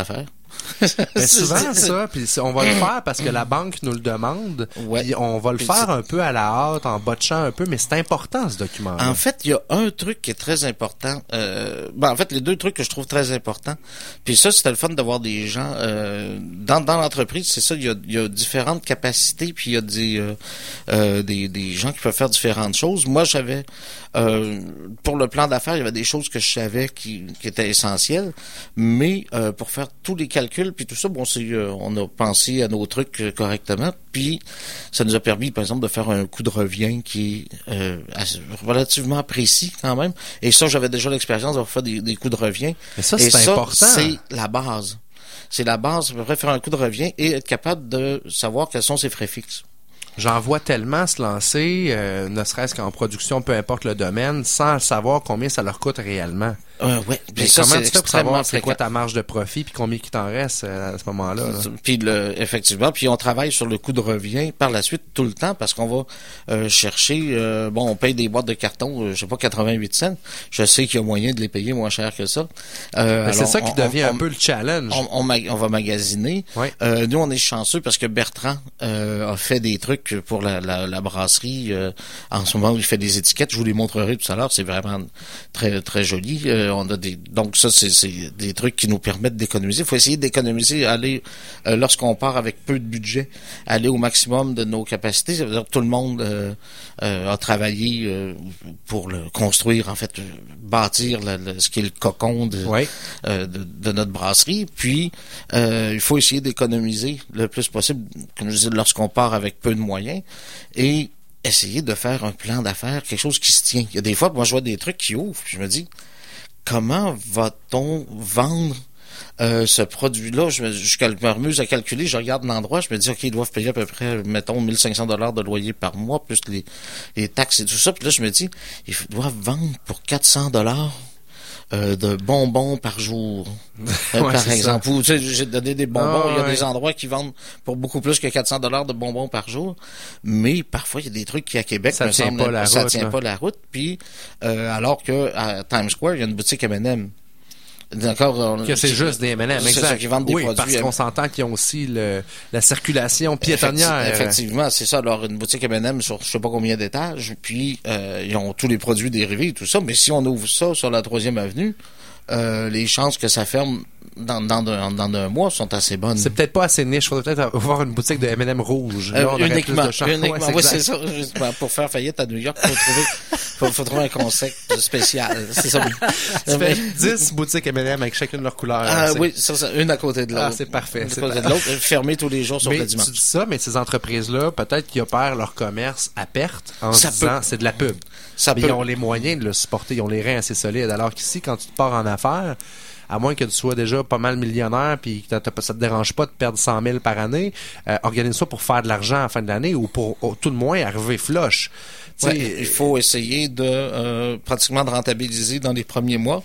Mais souvent ça, puis on va le faire parce que la banque nous le demande. Ouais. Puis on va le Puis faire c'est... un peu à la hâte, en botchant un peu, mais c'est important ce document. En fait, il y a un truc qui est très important. Euh, ben, en fait, les deux trucs que je trouve très importants. Puis ça, c'était le fun d'avoir des gens euh, dans dans l'entreprise. C'est ça, il y a, il y a différentes capacités, puis il y a des euh, euh, des des gens qui peuvent faire différentes choses. Moi, j'avais euh, pour le plan d'affaires, il y avait des choses que je savais qui qui étaient essentielles, mais euh, pour faire tous les calculs puis tout ça, bon, c'est euh, on a pensé à nos trucs euh, correctement, puis ça nous a permis, par exemple, de faire un coût de revient qui est euh, assez, relativement précis quand même. Et ça, j'avais déjà l'expérience d'avoir fait des, des coûts de revient. Mais ça, et c'est ça, important. C'est la base. C'est la base, à peu près faire un coût de revient et être capable de savoir quels sont ses frais fixes. J'en vois tellement se lancer, euh, ne serait-ce qu'en production, peu importe le domaine, sans savoir combien ça leur coûte réellement. Euh, ouais. Mais ça, comment c'est tu fais pour savoir c'est fréquent. quoi ta marge de profit puis combien il t'en reste euh, à ce moment-là? Là? Puis le, effectivement, puis on travaille sur le coût de revient par la suite tout le temps parce qu'on va euh, chercher, euh, bon, on paye des boîtes de carton, euh, je sais pas, quatre-vingt-huit cents. Je sais qu'il y a moyen de les payer moins cher que ça. Euh, Mais c'est alors, ça qui on, devient on, un peu le challenge. On, on, on va magasiner. Ouais. Euh, nous, on est chanceux parce que Bertrand euh, a fait des trucs pour la, la, la brasserie. Euh, en ce moment, il fait des étiquettes. Je vous les montrerai tout à l'heure. C'est vraiment très très joli. Euh, on a des donc ça, c'est, c'est des trucs qui nous permettent d'économiser. Il faut essayer d'économiser, aller euh, lorsqu'on part avec peu de budget, aller au maximum de nos capacités. Ça veut dire que tout le monde euh, euh, a travaillé euh, pour le construire, en fait, euh, bâtir le, le, ce qui est le cocon de, ouais. euh, de, de notre brasserie. Puis, euh, il faut essayer d'économiser le plus possible, comme je disais, lorsqu'on part avec peu de moyens. Et essayer de faire un plan d'affaires, quelque chose qui se tient. Il y a des fois, moi, je vois des trucs qui ouvrent, puis je me dis, comment va-t-on vendre euh, ce produit-là? Je me, je m'amuse à calculer, je regarde l'endroit, je me dis, OK, ils doivent payer à peu près, mettons, mille cinq cents dollars de loyer par mois, plus les, les taxes et tout ça. Puis là, je me dis, ils doivent vendre pour quatre cents dollars. Euh, de bonbons par jour, euh, ouais, par exemple. Ou, tu sais, j'ai donné des bonbons. Ah, il y a ouais. des endroits qui vendent pour beaucoup plus que quatre cents dollars de bonbons par jour. Mais parfois, il y a des trucs qui, à Québec, ça me tient semble, pas la ça route, tient là. pas la route. Puis, euh, alors que à Times Square, il y a une boutique M and M. D'accord. On, que c'est juste des M and M, c'est exact. ça, qui vendent des oui, produits. parce qu'on s'entend qu'ils ont aussi le, la circulation piétonnière. Effecti- effectivement, c'est ça. Alors, une boutique M and M sur je sais pas combien d'étages, puis euh, ils ont tous les produits dérivés et tout ça. Mais si on ouvre ça sur la troisième avenue, euh, les chances que ça ferme dans, dans, dans, dans un mois sont assez bonnes. C'est peut-être pas assez niche. Il faudrait peut-être avoir une boutique de M and M rouge. Là, Euh, on aurait uniquement, plus de chance. uniquement. Ouais, c'est Oui, exact. c'est ça. Justement, pour faire faillite à New York, faut trouver, faut, faut trouver un concept spécial. C'est ça. Tu fais dix boutiques M and M avec chacune de leurs couleurs. Ah c'est... oui, ça, ça, une à côté de l'autre. Ah, c'est parfait. Une à C'est côté par... de l'autre, fermée tous les jours sur mais le dimanche. tu dis ça, mais ces entreprises-là, peut-être qu'ils opèrent leur commerce à perte en Ça se disant peut. c'est de la pub. Ça mais peut. ils ont les moyens de le supporter, ils ont les reins assez solides. Alors qu'ici, quand tu te pars en affaires, à moins que tu sois déjà pas mal millionnaire puis que t'as, ça te dérange pas de perdre cent mille par année, euh, organise-toi pour faire de l'argent à la fin de l'année ou pour au, tout le moins arriver flush. Ouais, il faut essayer de euh, pratiquement de rentabiliser dans les premiers mois.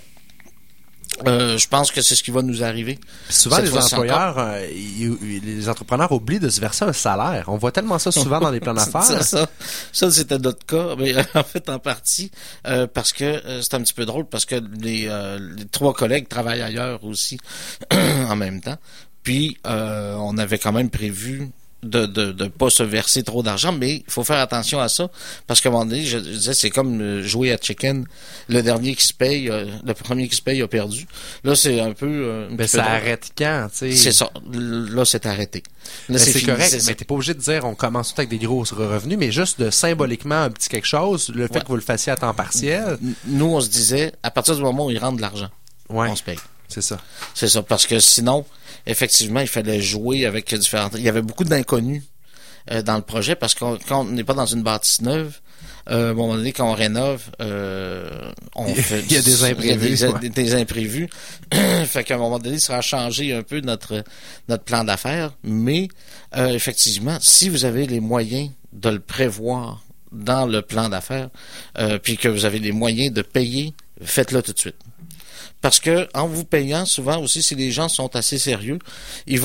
Euh, je pense que c'est ce qui va nous arriver. Puis souvent, Cette les fois-ci employeurs, euh, ils- ils- les entrepreneurs oublient de se verser un salaire. On voit tellement ça souvent dans les plans d'affaires. ça, ça, ça, c'était notre cas, mais en fait en partie euh, parce que euh, c'est un petit peu drôle parce que les, euh, les trois collègues travaillent ailleurs aussi en même temps. Puis euh, on avait quand même prévu de de de pas se verser trop d'argent, mais il faut faire attention à ça parce qu'à un moment donné, je, je disais c'est comme euh, jouer à chicken. Le dernier qui se paye, euh, le premier qui se paye a perdu. Là, c'est un peu. Euh, un Ben, petit peu ça drôle. arrête quand, tu sais. C'est ça. Là, c'est arrêté. Là, Ben, c'est, fini, correct, c'est ça. mais t'es pas obligé de dire on commence tout avec des gros revenus, mais juste de symboliquement un petit quelque chose, le fait Ouais. que vous le fassiez à temps partiel. Nous, on se disait, à partir du moment où ils rentrent de l'argent, Ouais. on se paye. C'est ça. C'est ça, parce que sinon, effectivement, il fallait jouer avec différentes... Il y avait beaucoup d'inconnus euh, dans le projet, parce que quand on n'est pas dans une bâtisse neuve, euh, à un moment donné, quand on rénove, euh, on Il y a- fait... il y a des imprévus, Il y a des, ouais. des- des imprévus. Fait qu'à un moment donné, ça a changé un peu notre, notre plan d'affaires, mais euh, effectivement, si vous avez les moyens de le prévoir dans le plan d'affaires, euh, puis que vous avez les moyens de payer, faites-le tout de suite. Parce que en vous payant, souvent aussi, si les gens sont assez sérieux, ils vont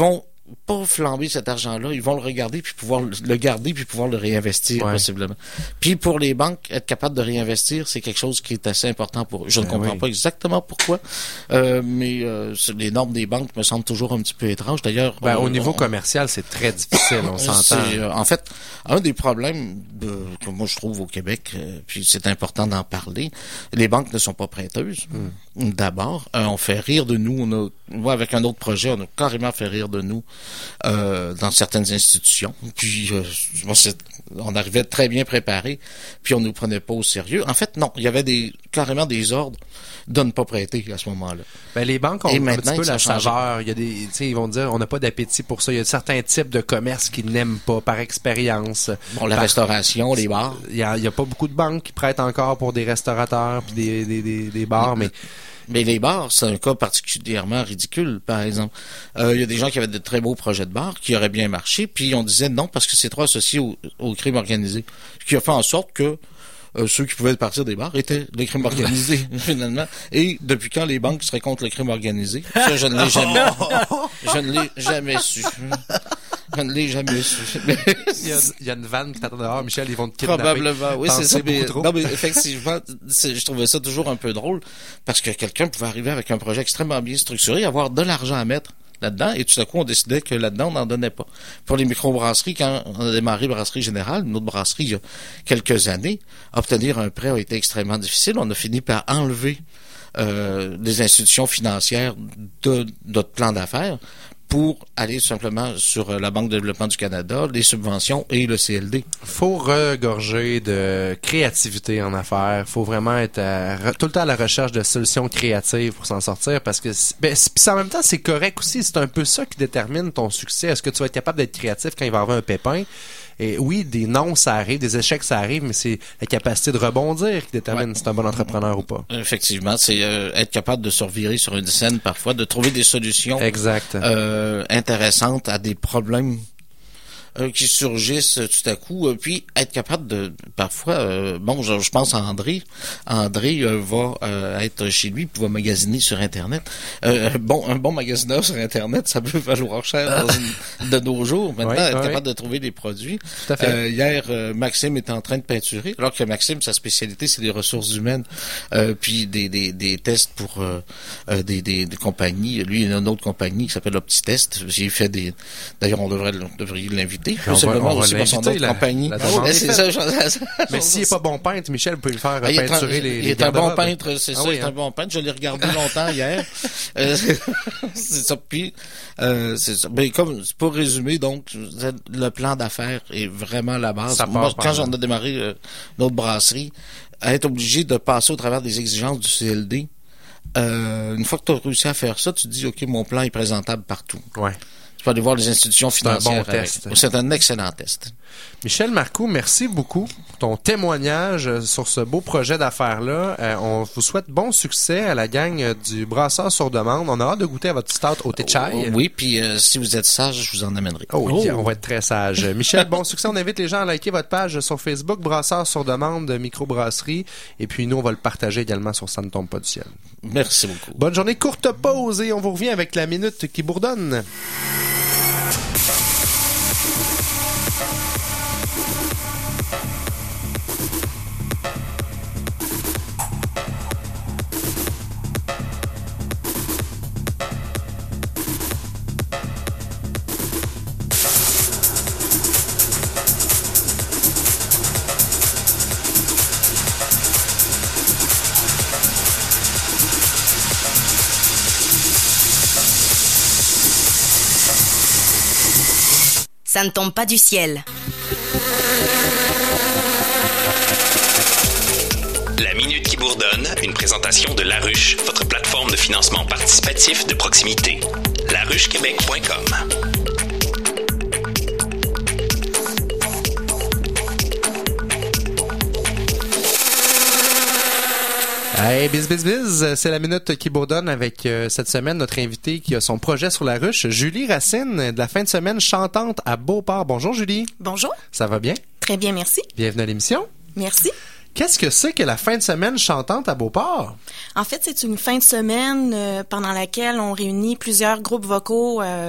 pas flamber cet argent-là, ils vont le regarder puis pouvoir le garder puis pouvoir le réinvestir ouais. possiblement. Puis pour les banques, être capable de réinvestir, c'est quelque chose qui est assez important pour eux. Je ben ne comprends oui. pas exactement pourquoi, euh, mais euh, les normes des banques me semblent toujours un petit peu étranges. D'ailleurs, ben, on, au niveau on, commercial, c'est très difficile, on s'entend. Euh, en fait, un des problèmes de, que moi je trouve au Québec, euh, puis c'est important d'en parler, les banques ne sont pas prêteuses. Mm. D'abord, euh, on fait rire de nous. On a, moi, avec un autre projet, on a carrément fait rire de nous euh, dans certaines institutions. Puis, euh, moi, c'est, on arrivait très bien préparés, puis on nous prenait pas au sérieux. En fait, non, il y avait des carrément des ordres de ne pas prêter à ce moment-là. Ben, les banques ont un petit peu la saveur. Il y a des, tu sais, ils vont dire, on n'a pas d'appétit pour ça. Il y a certains types de commerces qu'ils n'aiment pas, par expérience. Bon, la par, restauration, les bars. Il y a, il y a pas beaucoup de banques qui prêtent encore pour des restaurateurs puis des, des, des, des bars, mais Mais les bars, c'est un cas particulièrement ridicule, par exemple. Euh, il y a des gens qui avaient de très beaux projets de bars qui auraient bien marché, puis on disait non parce que c'est trop associé au, au crime organisé. Ce qui a fait en sorte que euh, ceux qui pouvaient partir des bars étaient les crimes organisés, finalement. Et depuis quand les banques seraient contre le crime organisé? Ça, je ne l'ai jamais, je ne l'ai jamais su. Je ne l'ai jamais su. il, y a, il y a une vanne qui t'attend dehors, Michel, ils vont te kidnapper. Probablement, oui, c'est ça. Mais, non, mais effectivement, c'est, je trouvais ça toujours un peu drôle parce que quelqu'un pouvait arriver avec un projet extrêmement bien structuré, avoir de l'argent à mettre là-dedans, et tout à coup, on décidait que là-dedans, on n'en donnait pas. Pour les microbrasseries, quand on a démarré Brasserie Générale, une autre brasserie, il y a quelques années, obtenir un prêt a été extrêmement difficile. On a fini par enlever euh, les institutions financières de notre plan d'affaires pour aller tout simplement sur la Banque de développement du Canada, les subventions et le C L D. Faut regorger de créativité en affaires. Faut vraiment être à, tout le temps à la recherche de solutions créatives pour s'en sortir parce que ben, en même temps, c'est correct aussi. C'est un peu ça qui détermine ton succès. Est-ce que tu vas être capable d'être créatif quand il va y avoir un pépin? Et oui, des non, ça arrive, des échecs, ça arrive, mais c'est la capacité de rebondir qui détermine ouais. si c'est un bon entrepreneur ou pas. Effectivement, c'est euh, être capable de se revirer sur une scène parfois, de trouver des solutions exact. Euh, intéressantes à des problèmes euh, qui surgissent euh, tout à coup, euh, puis être capable de, parfois, euh, bon, je, je pense à André, André euh, va euh, être chez lui, puis va magasiner sur Internet. Euh, bon, un bon magasineur sur Internet, ça peut valoir cher dans une, de nos jours. Maintenant, oui, être oui. capable de trouver des produits. Tout à fait. Euh, hier, euh, Maxime est en train de peinturer, alors que Maxime, sa spécialité, c'est les ressources humaines, euh, puis des, des, des tests pour euh, euh, des, des, des compagnies. Lui, il y a une autre compagnie qui s'appelle Optitest. J'ai fait des... D'ailleurs, on devrait devrait l'inviter. Possiblement aussi pour son autre la, compagnie. La oh, c'est ça, je, mais s'il n'est pas bon peintre, Michel, vous pouvez le faire ah, peinturer il les, il les est un bon peintre, c'est ah, ça, oui, il est hein. un bon peintre. Je l'ai regardé longtemps hier. Euh, c'est ça. Puis, euh, c'est ça. Ben, comme, pour résumer, donc, le plan d'affaires est vraiment la base. Ça Moi, quand j'en ai démarré euh, notre brasserie, à être obligé de passer au travers des exigences du C L D, euh, une fois que tu as réussi à faire ça, tu te dis, OK, mon plan est présentable partout. Ouais. Tu peux aller voir les institutions financières. C'est un bon test. Avec. C'est un excellent test. Michel Marcoux, merci beaucoup pour ton témoignage sur ce beau projet d'affaires-là. Euh, on vous souhaite bon succès à la gang du Brasseur sur demande. On a hâte de goûter à votre stout au Téchai. Oh, oui, puis euh, si vous êtes sage, je vous en amènerai. Oh oui, oh. On va être très sage. Michel, bon succès. On invite les gens à liker votre page sur Facebook, Brasseur sur demande de Microbrasserie. Et puis nous, on va le partager également sur Ça ne tombe pas du ciel. Merci beaucoup. Bonne journée, courte pause et on vous revient avec la minute qui bourdonne. Ça ne tombe pas du ciel. La minute qui bourdonne, une présentation de La Ruche, votre plateforme de financement participatif de proximité. la ruche québec point com. Hey, biz, biz, biz, c'est la minute qui bourdonne avec euh, cette semaine notre invité qui a son projet sur la ruche, Julie Racine, de la fin de semaine chantante à Beauport. Bonjour Julie. Bonjour. Ça va bien? Très bien, merci. Bienvenue à l'émission. Merci. Qu'est-ce que c'est que la fin de semaine chantante à Beauport? En fait, c'est une fin de semaine euh, pendant laquelle on réunit plusieurs groupes vocaux euh,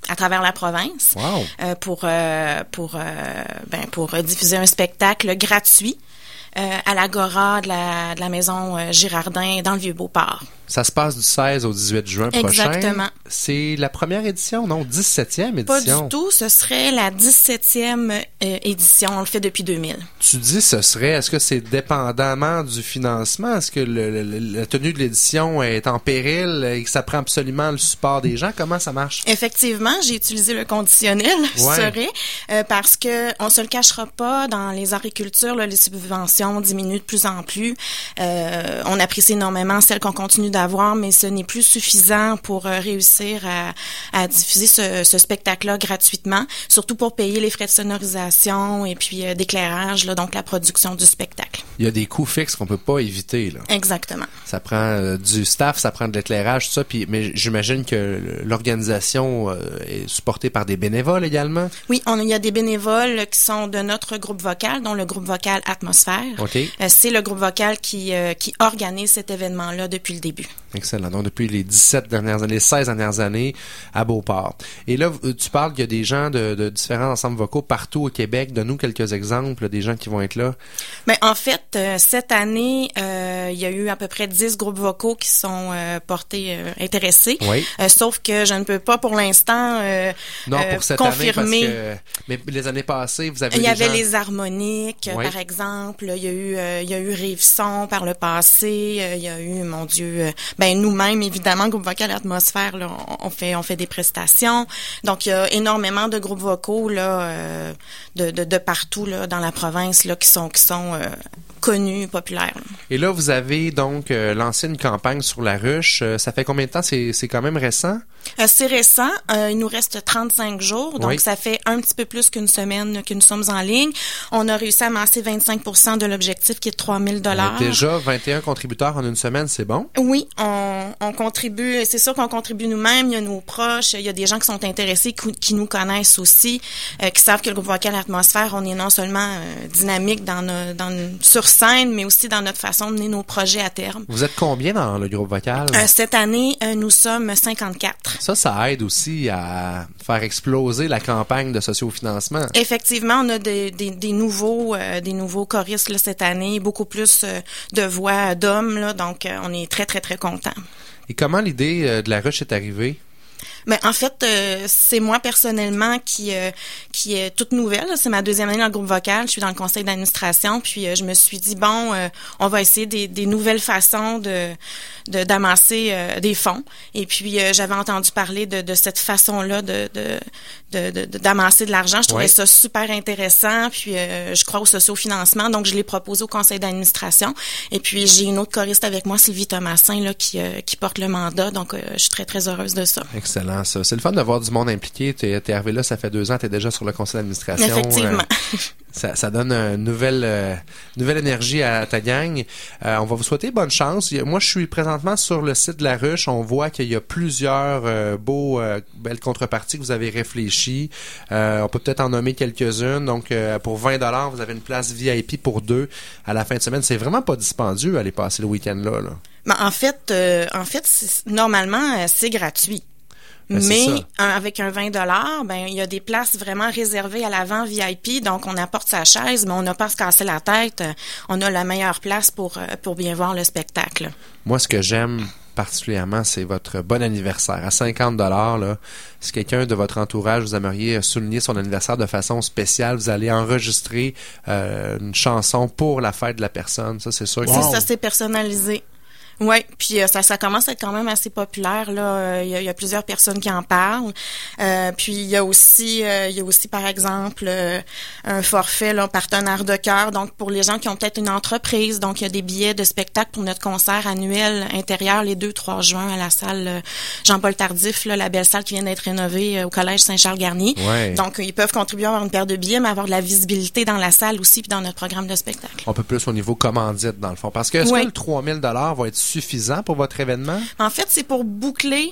à travers la province. Wow. Euh, pour euh, pour euh, ben pour diffuser un spectacle gratuit euh, à l'Agora de la de la maison euh, Girardin dans le Vieux-Beauport. Ça se passe du seize au dix-huit juin prochain. Exactement. C'est la première édition, non? dix-septième Pas édition. du tout. Ce serait la dix-septième euh, édition. On le fait depuis deux mille. Tu dis ce serait, est-ce que c'est dépendamment du financement? Est-ce que le, le, la tenue de l'édition est en péril et que ça prend absolument le support des gens? Comment ça marche? Effectivement, j'ai utilisé le conditionnel, je Ouais. serais, euh, parce que on se le cachera pas, dans les agricultures, là, les subventions diminuent de plus en plus. Euh, on apprécie énormément celles qu'on continue d'avoir, mais ce n'est plus suffisant pour euh, réussir à, à diffuser ce, ce spectacle-là gratuitement, surtout pour payer les frais de sonorisation et puis euh, d'éclairage, là, donc la production du spectacle. Il y a des coûts fixes qu'on peut pas éviter, là. Exactement. Ça prend euh, du staff, ça prend de l'éclairage, tout ça. Puis, mais j'imagine que l'organisation euh, est supportée par des bénévoles également. Oui, on, il y a des bénévoles qui sont de notre groupe vocal, dont le groupe vocal Atmosphère. OK. Euh, c'est le groupe vocal qui, euh, qui organise cet événement-là depuis le début. Excellent. Donc, depuis les dix-sept dernières années, les seize dernières années à Beauport. Et là, tu parles qu'il y a des gens de, de différents ensembles vocaux partout au Québec. Donne-nous quelques exemples des gens qui vont être là. Mais en fait, euh, cette année, euh, il y a eu à peu près dix groupes vocaux qui sont euh, portés euh, intéressés. Oui. Euh, sauf que je ne peux pas pour l'instant euh, Non, pour euh, cette confirmer. année, parce que... Mais les années passées, vous avez Il y des avait gens... les harmoniques, Oui. par exemple. Il y a eu, euh, il y a eu Rive-Son par le passé. Euh, il y a eu, mon Dieu, euh, ben nous-mêmes, évidemment, groupe vocal Atmosphère, là, on, on fait, on fait des prestations. Donc, il y a énormément de groupes vocaux là, euh, de, de, de partout là, dans la province là, qui sont, qui sont euh, connus, populaires. Là. Et là, vous avez donc euh, lancé une campagne sur la ruche. Euh, ça fait combien de temps? C'est, c'est quand même récent? Euh, c'est récent. Euh, il nous reste trente-cinq jours. Donc, Oui. ça fait un petit peu plus qu'une semaine que nous sommes en ligne. On a réussi à amasser vingt-cinq pour cent de l'objectif qui est de trois mille dollars. Déjà, vingt et un contributeurs en une semaine, c'est bon? Oui, on, on contribue. C'est sûr qu'on contribue nous-mêmes. Il y a nos proches. Il y a des gens qui sont intéressés, qui, qui nous connaissent aussi, euh, qui savent que le groupe vocal Atmosphère, on est non seulement euh, dynamique dans, nos, dans sur scène, mais aussi dans notre façon de mener nos projets à terme. Vous êtes combien dans le groupe vocal? Euh, cette année, euh, nous sommes cinquante-quatre. Ça, ça aide aussi à faire exploser la campagne de sociofinancement. Effectivement, on a des, des, des nouveaux euh, des nouveaux choristes là, cette année, beaucoup plus euh, de voix d'hommes, là, donc euh, on est très, très, très contents. Et comment l'idée euh, de la ruche est arrivée? Ben en fait, euh, c'est moi personnellement qui euh, qui est toute nouvelle. C'est ma deuxième année dans le groupe vocal. Je suis dans le conseil d'administration. Puis euh, je me suis dit bon, euh, on va essayer des, des nouvelles façons de de d'amasser euh, des fonds. Et puis euh, j'avais entendu parler de, de cette façon-là de de de, de, de d'amasser de l'argent. Je trouvais Ouais. ça super intéressant. Puis euh, je crois au sociofinancement. Donc je l'ai proposé au conseil d'administration. Et puis j'ai une autre choriste avec moi, Sylvie Thomasin, là, qui euh, qui porte le mandat. Donc euh, je suis très très heureuse de ça. Excellent, ça. C'est le fun de voir du monde impliqué. T'es, t'es arrivé là, ça fait deux ans, t'es déjà sur le conseil d'administration. Effectivement. Euh, ça, ça donne une nouvelle, euh, nouvelle énergie à ta gang. Euh, on va vous souhaiter bonne chance. Il y a- Moi, je suis présentement sur le site de la ruche. On voit qu'il y a plusieurs euh, beaux, euh, belles contreparties que vous avez réfléchies. Euh, on peut peut-être en nommer quelques-unes. Donc, euh, pour vingt dollars, vous avez une place V I P pour deux à la fin de semaine. C'est vraiment pas dispendieux aller passer le week-end là, là. Ben, en fait, euh, en fait, c'est- normalement, euh, c'est gratuit. Ben, c'est Mais ça. un- avec un vingt dollars, ben il y a des places vraiment réservées à l'avant V I P, donc on apporte sa chaise, mais on n'a pas à se casser la tête. Euh, On a la meilleure place pour euh, pour bien voir le spectacle. Moi, ce que j'aime particulièrement, c'est votre bon anniversaire. À cinquante dollars, là, si quelqu'un de votre entourage, vous aimeriez souligner son anniversaire de façon spéciale, vous allez enregistrer euh, une chanson pour la fête de la personne. Ça, c'est sûr que C'est ça, c'est personnalisé. Ouais, puis euh, ça, ça commence à être quand même assez populaire là. Euh, Il y, a, il y a plusieurs personnes qui en parlent. Euh, puis il y a aussi, euh, il y a aussi par exemple euh, un forfait là, partenaire de cœur. Donc pour les gens qui ont peut-être une entreprise, donc il y a des billets de spectacle pour notre concert annuel intérieur les deux trois juin à la salle euh, Jean-Paul Tardif, là, la belle salle qui vient d'être rénovée euh, au collège Saint-Charles-Garnier. Ouais. Donc euh, ils peuvent contribuer à avoir une paire de billets, mais avoir de la visibilité dans la salle aussi puis dans notre programme de spectacle. un peu plus au niveau commandite, dans le fond. Parce que est-ce Oui. que le trois mille dollars va être suffisant pour votre événement? En fait, c'est pour boucler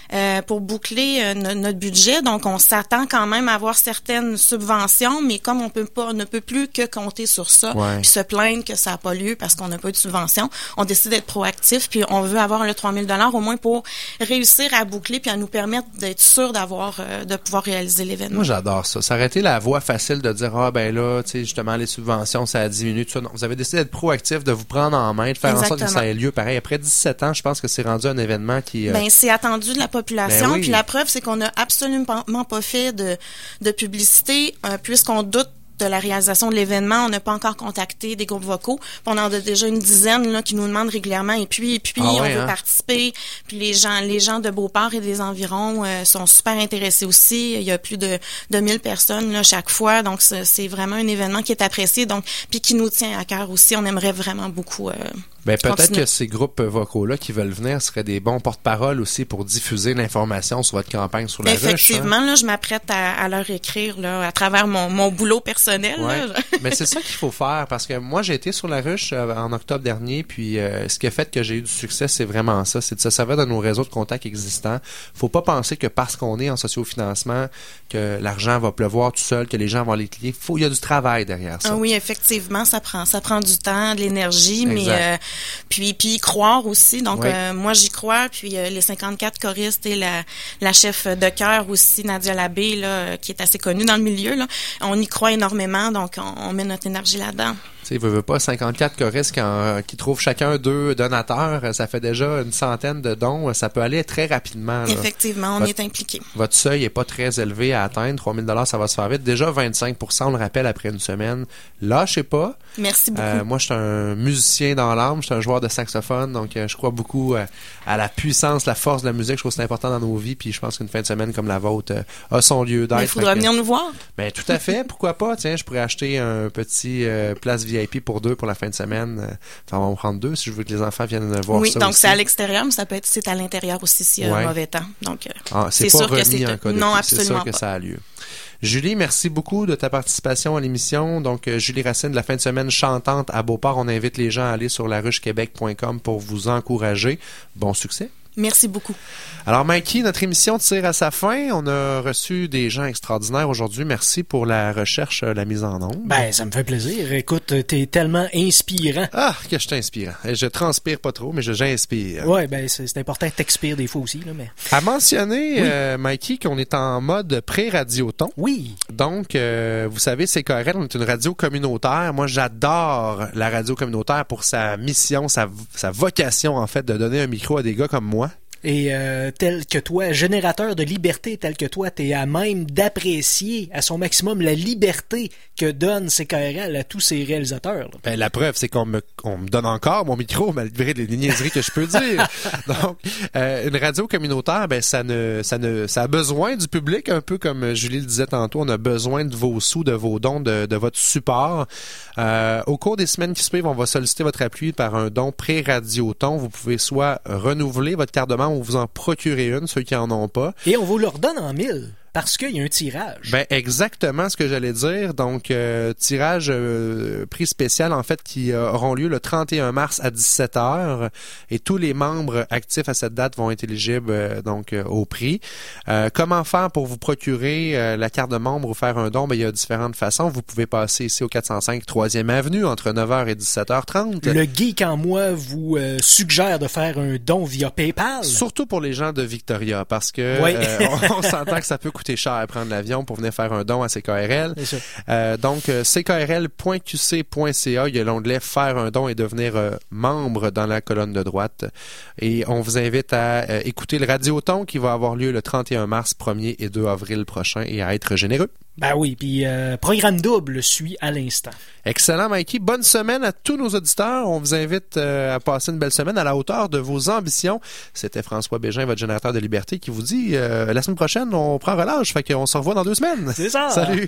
euh, pour boucler euh, no- notre budget. Donc, on s'attend quand même à avoir certaines subventions, mais comme on peut pas, on ne peut plus que compter sur ça, Ouais. puis se plaindre que ça n'a pas lieu parce qu'on n'a pas eu de subvention, on décide d'être proactif, puis on veut avoir le trois mille dollars au moins pour réussir à boucler puis à nous permettre d'être sûr d'avoir, euh, de pouvoir réaliser l'événement. Moi, j'adore ça. Ça aurait été la voie facile de dire, ah, ben là, tu sais, justement, les subventions, ça a diminué, tout ça. Non, vous avez décidé d'être proactif, de vous prendre en main, de faire en sorte que ça ait lieu. Pareil, après dix-sept ans, je pense que c'est rendu un événement qui... Euh... Ben, c'est attendu de la population. Ben oui. Puis la preuve, c'est qu'on n'a absolument pas fait de, de publicité, euh, puisqu'on doute de la réalisation de l'événement. On n'a pas encore contacté des groupes vocaux. Puis on en a déjà une dizaine là, qui nous demandent régulièrement. Et puis, et puis Ah ouais, on veut hein? participer. Puis les gens, les gens de Beauport et des environs euh, sont super intéressés aussi. Il y a plus de, de mille personnes là, chaque fois. Donc, c'est, c'est vraiment un événement qui est apprécié. Donc, puis qui nous tient à cœur aussi. On aimerait vraiment beaucoup... Euh, Ben, peut-être continuer. que ces groupes vocaux-là qui veulent venir seraient des bons porte-parole aussi pour diffuser l'information sur votre campagne sur la ruche. Effectivement, hein? là, je m'apprête à, à leur écrire là, à travers mon, mon boulot personnel. Ouais. Là. Mais c'est ça qu'il faut faire parce que moi, j'ai été sur la ruche euh, en octobre dernier, puis euh, ce qui a fait que j'ai eu du succès, c'est vraiment ça, c'est de se servir de nos réseaux de contacts existants. Faut pas penser que parce qu'on est en sociofinancement, que l'argent va pleuvoir tout seul, que les gens vont aller cliquer. Faut, il y a du travail derrière ça. Ah oui, effectivement, ça prend, ça prend du temps, de l'énergie, Exact. mais euh, puis puis y croire aussi. Donc Oui. euh, moi j'y crois. Puis euh, les cinquante-quatre choristes et la la chef de chœur aussi, Nadia Labbé, là, euh, qui est assez connue dans le milieu, là, on y croit énormément. Donc on, on met notre énergie là-dedans. Tu sais, veut, veut pas, cinquante-quatre choristes qui, en- qui trouvent chacun deux donateurs, ça fait déjà une centaine de dons. Ça peut aller très rapidement. Là. Effectivement, on Votre- est impliqué. Votre seuil est pas très élevé à atteindre. trois mille dollars, ça va se faire vite. Déjà vingt-cinq pour cent, on le rappelle, après une semaine. Lâchez pas. Merci beaucoup. Euh, moi, je suis un musicien dans l'âme. Je suis un joueur de saxophone. Donc, euh, je crois beaucoup euh, à la puissance, la force de la musique. Je trouve que c'est important dans nos vies. Puis, je pense qu'une fin de semaine comme la vôtre euh, a son lieu d'être. Il faudra Fait que- venir nous voir. Ben, tout à fait. Pourquoi pas? Tiens, je pourrais acheter un petit euh, place V I P pour deux pour la fin de semaine. Euh, Enfin, on va en prendre deux si je veux que les enfants viennent voir Oui, ça donc aussi. c'est à l'extérieur, mais ça peut être c'est à l'intérieur aussi s'il y a Ouais. un mauvais temps. Donc euh, Ah, c'est, c'est pas sûr que remis c'est en cas de non pluie. C'est absolument sûr que pas. ça a lieu. Julie, merci beaucoup de ta participation à l'émission. Donc, euh, Julie Racine, de la fin de semaine chantante à Beauport. On invite les gens à aller sur la ruche québec point com pour vous encourager. Bon succès. Merci beaucoup. Alors, Mikey, notre émission tire à sa fin. On a reçu des gens extraordinaires aujourd'hui. Merci pour la recherche, euh, la mise en onde. Ben, ça me fait plaisir. Écoute, t'es tellement inspirant. Ah, que je t'inspire. Je transpire pas trop, mais je j'inspire. Ouais, ben, c'est, c'est important que t'expires des fois aussi, là, mais. À mentionner, Oui. euh, Mikey, qu'on est en mode pré-radioton. Oui. Donc, euh, vous savez, C K R L, on est une radio communautaire. Moi, j'adore la radio communautaire pour sa mission, sa, sa vocation, en fait, de donner un micro à des gars comme moi. Et euh, tel que toi, générateur de liberté, tel que toi, t'es à même d'apprécier à son maximum la liberté que donne C K R L à tous ses réalisateurs. Là. Ben, la preuve, c'est qu'on me, on me donne encore mon micro, malgré les niaiseries que je peux dire. Donc, euh, une radio communautaire, ben, ça ne, ça ne, ça a besoin du public, un peu comme Julie le disait tantôt. On a besoin de vos sous, de vos dons, de, de votre support. Euh, au cours des semaines qui suivent, on va solliciter votre appui par un don pré-radioton. Vous pouvez soit renouveler votre carte de membre ou vous en procurer une, ceux qui en ont pas. Et on vous le redonne en mille. Parce qu'il y a un tirage. Ben exactement ce que j'allais dire. Donc euh, tirage euh, prix spécial en fait qui euh, auront lieu le trente et un mars à dix-sept heures et tous les membres actifs à cette date vont être éligibles euh, donc euh, au prix. Euh, comment faire pour vous procurer euh, la carte de membre ou faire un don? Ben il y a différentes façons. Vous pouvez passer ici au quatre cent cinq troisième avenue entre neuf heures et dix-sept heures trente. Le geek en moi vous euh, suggère de faire un don via PayPal. Surtout pour les gens de Victoria parce que Oui. euh, on, on s'entend que ça peut coûter cher à prendre l'avion pour venir faire un don à C K R L. C'est ça. Euh, donc, euh, c k r l point q c point c a, il y a l'onglet « Faire un don » et devenir euh, membre dans la colonne de droite. Et on vous invite à euh, écouter le Radioton qui va avoir lieu le trente et un mars, premier et deux avril prochain et à être généreux. Ben oui, puis euh, programme double suit à l'instant. Excellent, Mikey. Bonne semaine à tous nos auditeurs. On vous invite euh, à passer une belle semaine à la hauteur de vos ambitions. C'était François Bégin, votre générateur de liberté, qui vous dit euh, la semaine prochaine, on prend relâche. Fait qu'on se revoit dans deux semaines. C'est ça. Salut.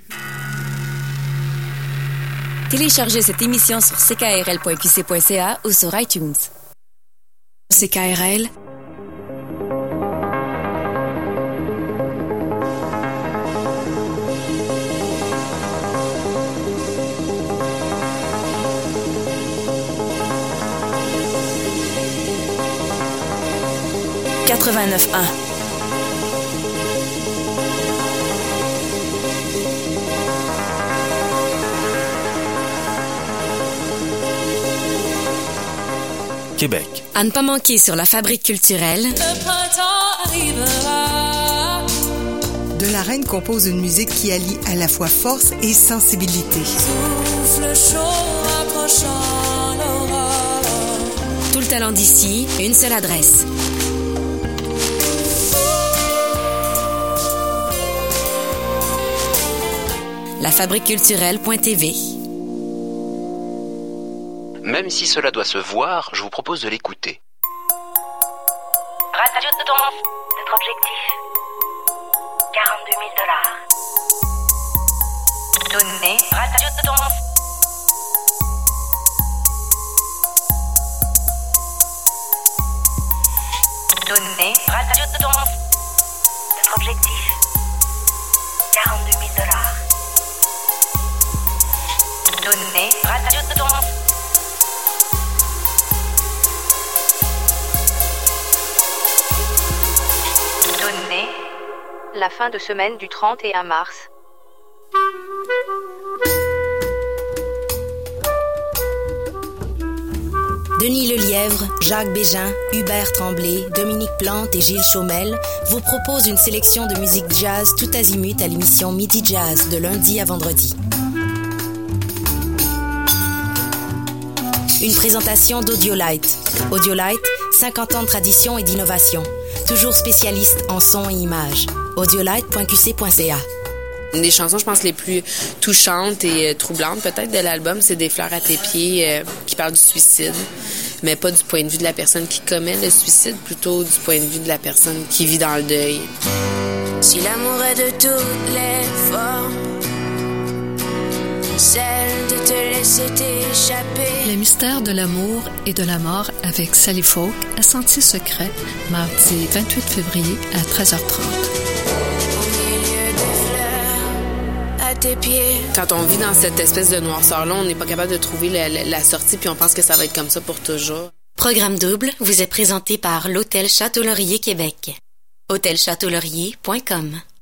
Téléchargez cette émission sur c k r l point q c point c a ou sur iTunes. C K R L quatre-vingt-neuf un. Québec. À ne pas manquer sur la Fabrique culturelle. Le printemps arrivera. De la Reine compose une musique qui allie à la fois force et sensibilité. Souffle chaud approchant l'aurore. Tout le talent d'ici, une seule adresse. la fabrique culturelle point t v. Même si cela doit se voir, je vous propose de l'écouter. Radio de Donf, notre objectif, quarante-deux mille dollars. Donnez Radio de Donf. Donnez Radio de Donf, notre objectif, quarante-deux mille dollars. Donnez Radio de Donf. Donnez la fin de semaine du trente et un mars. Denis Lelièvre, Jacques Bégin, Hubert Tremblay, Dominique Plante et Gilles Chaumel vous proposent une sélection de musique jazz tout azimut à l'émission Midi Jazz de lundi à vendredi. Une présentation d'Audiolite. Audiolite, cinquante ans de tradition et d'innovation. Toujours spécialiste en son et images. audiolite point q c point c a. Une des chansons, je pense, les plus touchantes et euh, troublantes peut-être de l'album, c'est Des fleurs à tes pieds, euh, qui parle du suicide, mais pas du point de vue de la personne qui commet le suicide, plutôt du point de vue de la personne qui vit dans le deuil. Si l'amour est de toutes les formes, celle de te laisser t'échapper. Les mystères de l'amour et de la mort avec Sally Folk à Sentier Secret, mardi vingt-huit février à treize heures trente. Tes pieds. Quand on vit dans cette espèce de noirceur-là, on n'est pas capable de trouver la, la, la sortie, puis on pense que ça va être comme ça pour toujours. Programme double vous est présenté par l'Hôtel Château Laurier Québec. hôtel château laurier point com